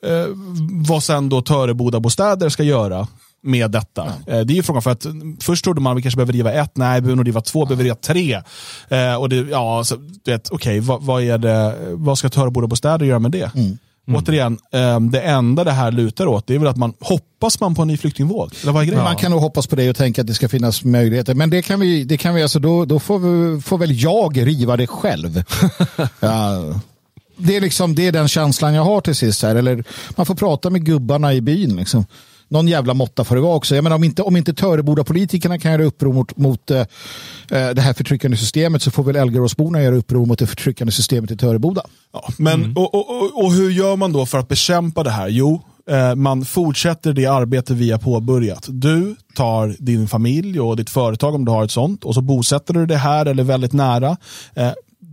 vad sen då Töreboda bostäder ska göra med detta. Ja. Det är ju frågan för att först trodde man att vi kanske behöver riva ett, nej, vi behöver riva två, ja. behöver riva tre. Eh, och det, ja, så, det, okej, vad, vad är det, vad ska Töreboda bostäder göra med det? Mm. Mm. Återigen, eh, det enda det här lutar åt, det är väl att man hoppas man på en ny flyktingvåg. Eller vad är grejen? Man kan nog hoppas på det och tänka att det ska finnas möjligheter. Men det kan vi, det kan vi alltså, då, då får, vi, får väl jag riva det själv. ja. Det är liksom, det är den känslan jag har till sist här. Eller man får prata med gubbarna i byn liksom. Någon jävla måtta får det vara också. Jag menar, om inte, om inte Töreboda-politikerna kan göra uppror mot, mot uh, det här förtryckande systemet så får väl Elgaråsborna göra uppror mot det förtryckande systemet i Töreboda. Ja, men, mm. och, och, och, och hur gör man då för att bekämpa det här? Jo, eh, man fortsätter det arbete vi har påbörjat. Du tar din familj och ditt företag om du har ett sånt och så bosätter du det här eller väldigt nära. Eh,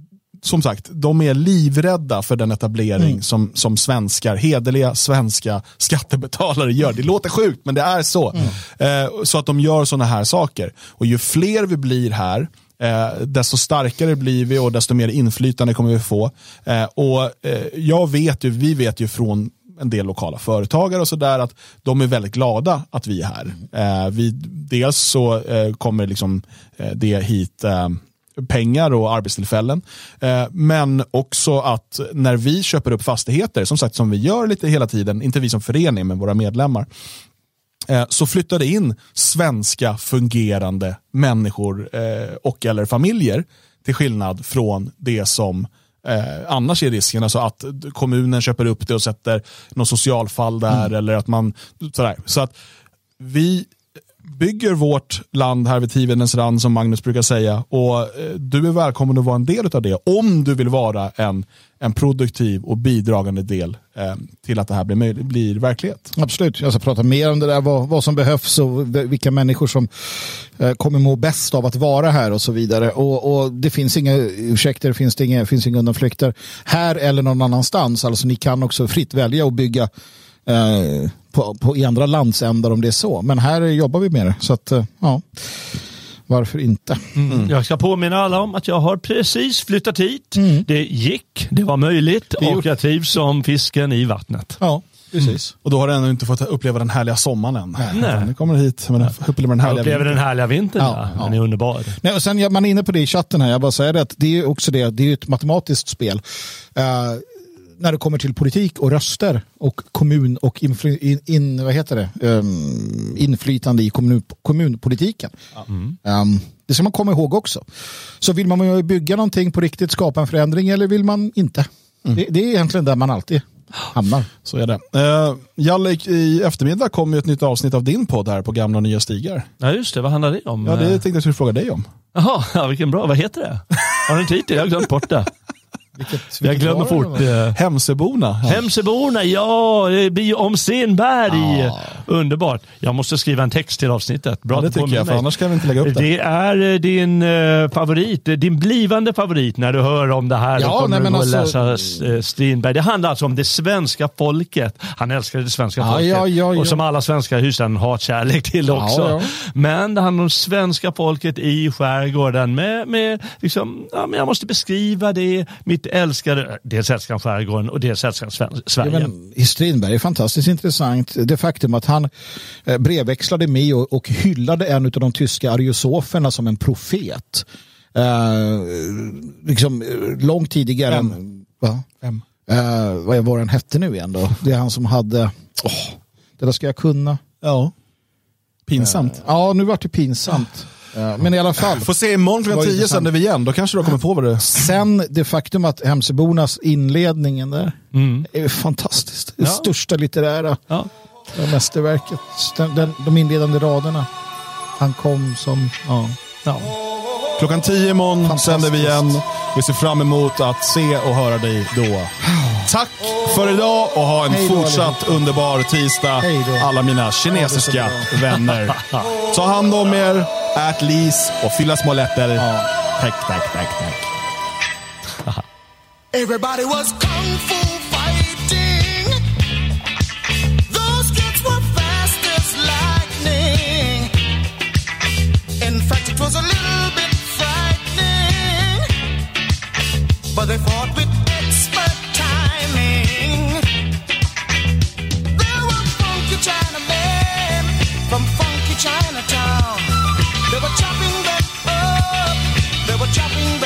som sagt, de är livrädda för den etablering mm. som, som svenskar, hederliga svenska skattebetalare gör. Det låter sjukt, men det är så. Mm. Eh, så att de gör såna här saker. Och ju fler vi blir här, eh, desto starkare blir vi och desto mer inflytande kommer vi få. Eh, och eh, jag vet ju, vi vet ju från en del lokala företagare och sådär att de är väldigt glada att vi är här. Eh, vi, dels så eh, kommer liksom, eh, det hit eh, pengar och arbetstillfällen. Eh, men också att när vi köper upp fastigheter, som sagt som vi gör lite hela tiden, inte vi som förening men våra medlemmar, eh, så flyttar det in svenska fungerande människor eh, och eller familjer, till skillnad från det som Eh, annars är risken alltså att kommunen köper upp det och sätter något socialfall där, mm. eller att man sådär. Så att vi bygger vårt land här vid Tivedens rand, som Magnus brukar säga, och eh, du är välkommen att vara en del av det om du vill vara en, en produktiv och bidragande del eh, till att det här blir, möj- blir verklighet. Absolut, jag ska prata mer om det där, vad, vad som behövs och vilka människor som eh, kommer må bäst av att vara här och så vidare. Och, och det finns inga ursäkter, finns det inga, finns inga undanflykter här eller någon annanstans. Alltså ni kan också fritt välja att bygga eh, på, på andra landsändar om det är så. Men här jobbar vi med det, så att ja, varför inte? Mm. Jag ska påminna alla om att jag har precis flyttat hit. Mm. Det gick, det var möjligt det och jag trivs som fisken i vattnet. Ja, precis. Mm. Och då har du ännu inte fått uppleva den härliga sommaren än. Nej. Nej. Nu kommer du hit, men upplever den härliga jag upplever vintern. den härliga vintern. Ja, ja. Den är underbar. Nej, och sen, man är inne på det i chatten här, jag bara säger det att det är också det, det är ett matematiskt spel. Uh, när det kommer till politik och röster och kommun och infly, in, in, vad heter det? Um, inflytande i kommun, kommunpolitiken. Mm. Um, det ska man komma ihåg också. Så vill man bygga någonting på riktigt, skapa en förändring, eller vill man inte? Mm. Det, det är egentligen där man alltid hamnar. Så är det. Uh, Jalle, i eftermiddag kommer ju ett nytt avsnitt av din podd här på Gamla och Nya Stigar. Ja just det, vad handlar det om? Ja, det tänkte jag skulle fråga dig om. Jaha, ja, vilken bra, vad heter det? Har du en titel? Jag har glömt bort det. Vilket, vilket jag glömmer fort. Eh, Hemsöborna. Ja. Hemsöborna, ja. Det blir ju om Stenberg. Ja. Underbart. Jag måste skriva en text till avsnittet. Bra, ja, det tycker jag, för annars kan vi inte lägga upp det. Det är din uh, favorit, din blivande favorit när du hör om det här. Ja, och kommer nej, men du alltså... läsa uh, Stenberg. Det handlar alltså om det svenska folket. Han älskade det svenska ja, folket. Ja, ja, ja. Och som alla svenskar hyser en hatkärlek till också. Ja, ja. Men det handlar om svenska folket i skärgården. Med, med liksom, ja, men jag måste beskriva det. Mitt älskade... Dels älskar skärgården och dels älskar Sverige. Ja, i Strindberg är fantastiskt intressant. Det faktum att han eh, brevväxlade med och, och hyllade en av de tyska ariosoferna som en profet. Eh, liksom långt tidigare. Vem? Än, va? Vem? Eh, vad var den hette nu igen då? Det är han som hade... Oh, det där ska jag kunna. Ja. Pinsamt. Eh, ja, nu var det pinsamt. Men i alla fall. Får se imorgon klockan tio sänder vi igen. Då kanske du kommer på vad det är. Sen det faktum att Hemsöbornas inledningen där mm. är fantastiskt. Det ja. största litterära ja. mästerverket. Den, den, de inledande raderna. Han kom som... Ja. Ja. Klockan tio imorgon sänder vi igen. Vi ser fram emot att se och höra dig då. Tack för idag och ha en Hej fortsatt då, underbar tisdag. Alla mina kinesiska vänner. Ta hand om er. Ät lis och fylla små lätter. Ja. Tack, tack, tack, tack. Everybody was kung fu fighting. Those kids were fast as lightning. In fact, it was a little bit frightening. But they fought with expert timing. There were funky Chinamen from funky Chinatown. They were chopping them up, they were chopping them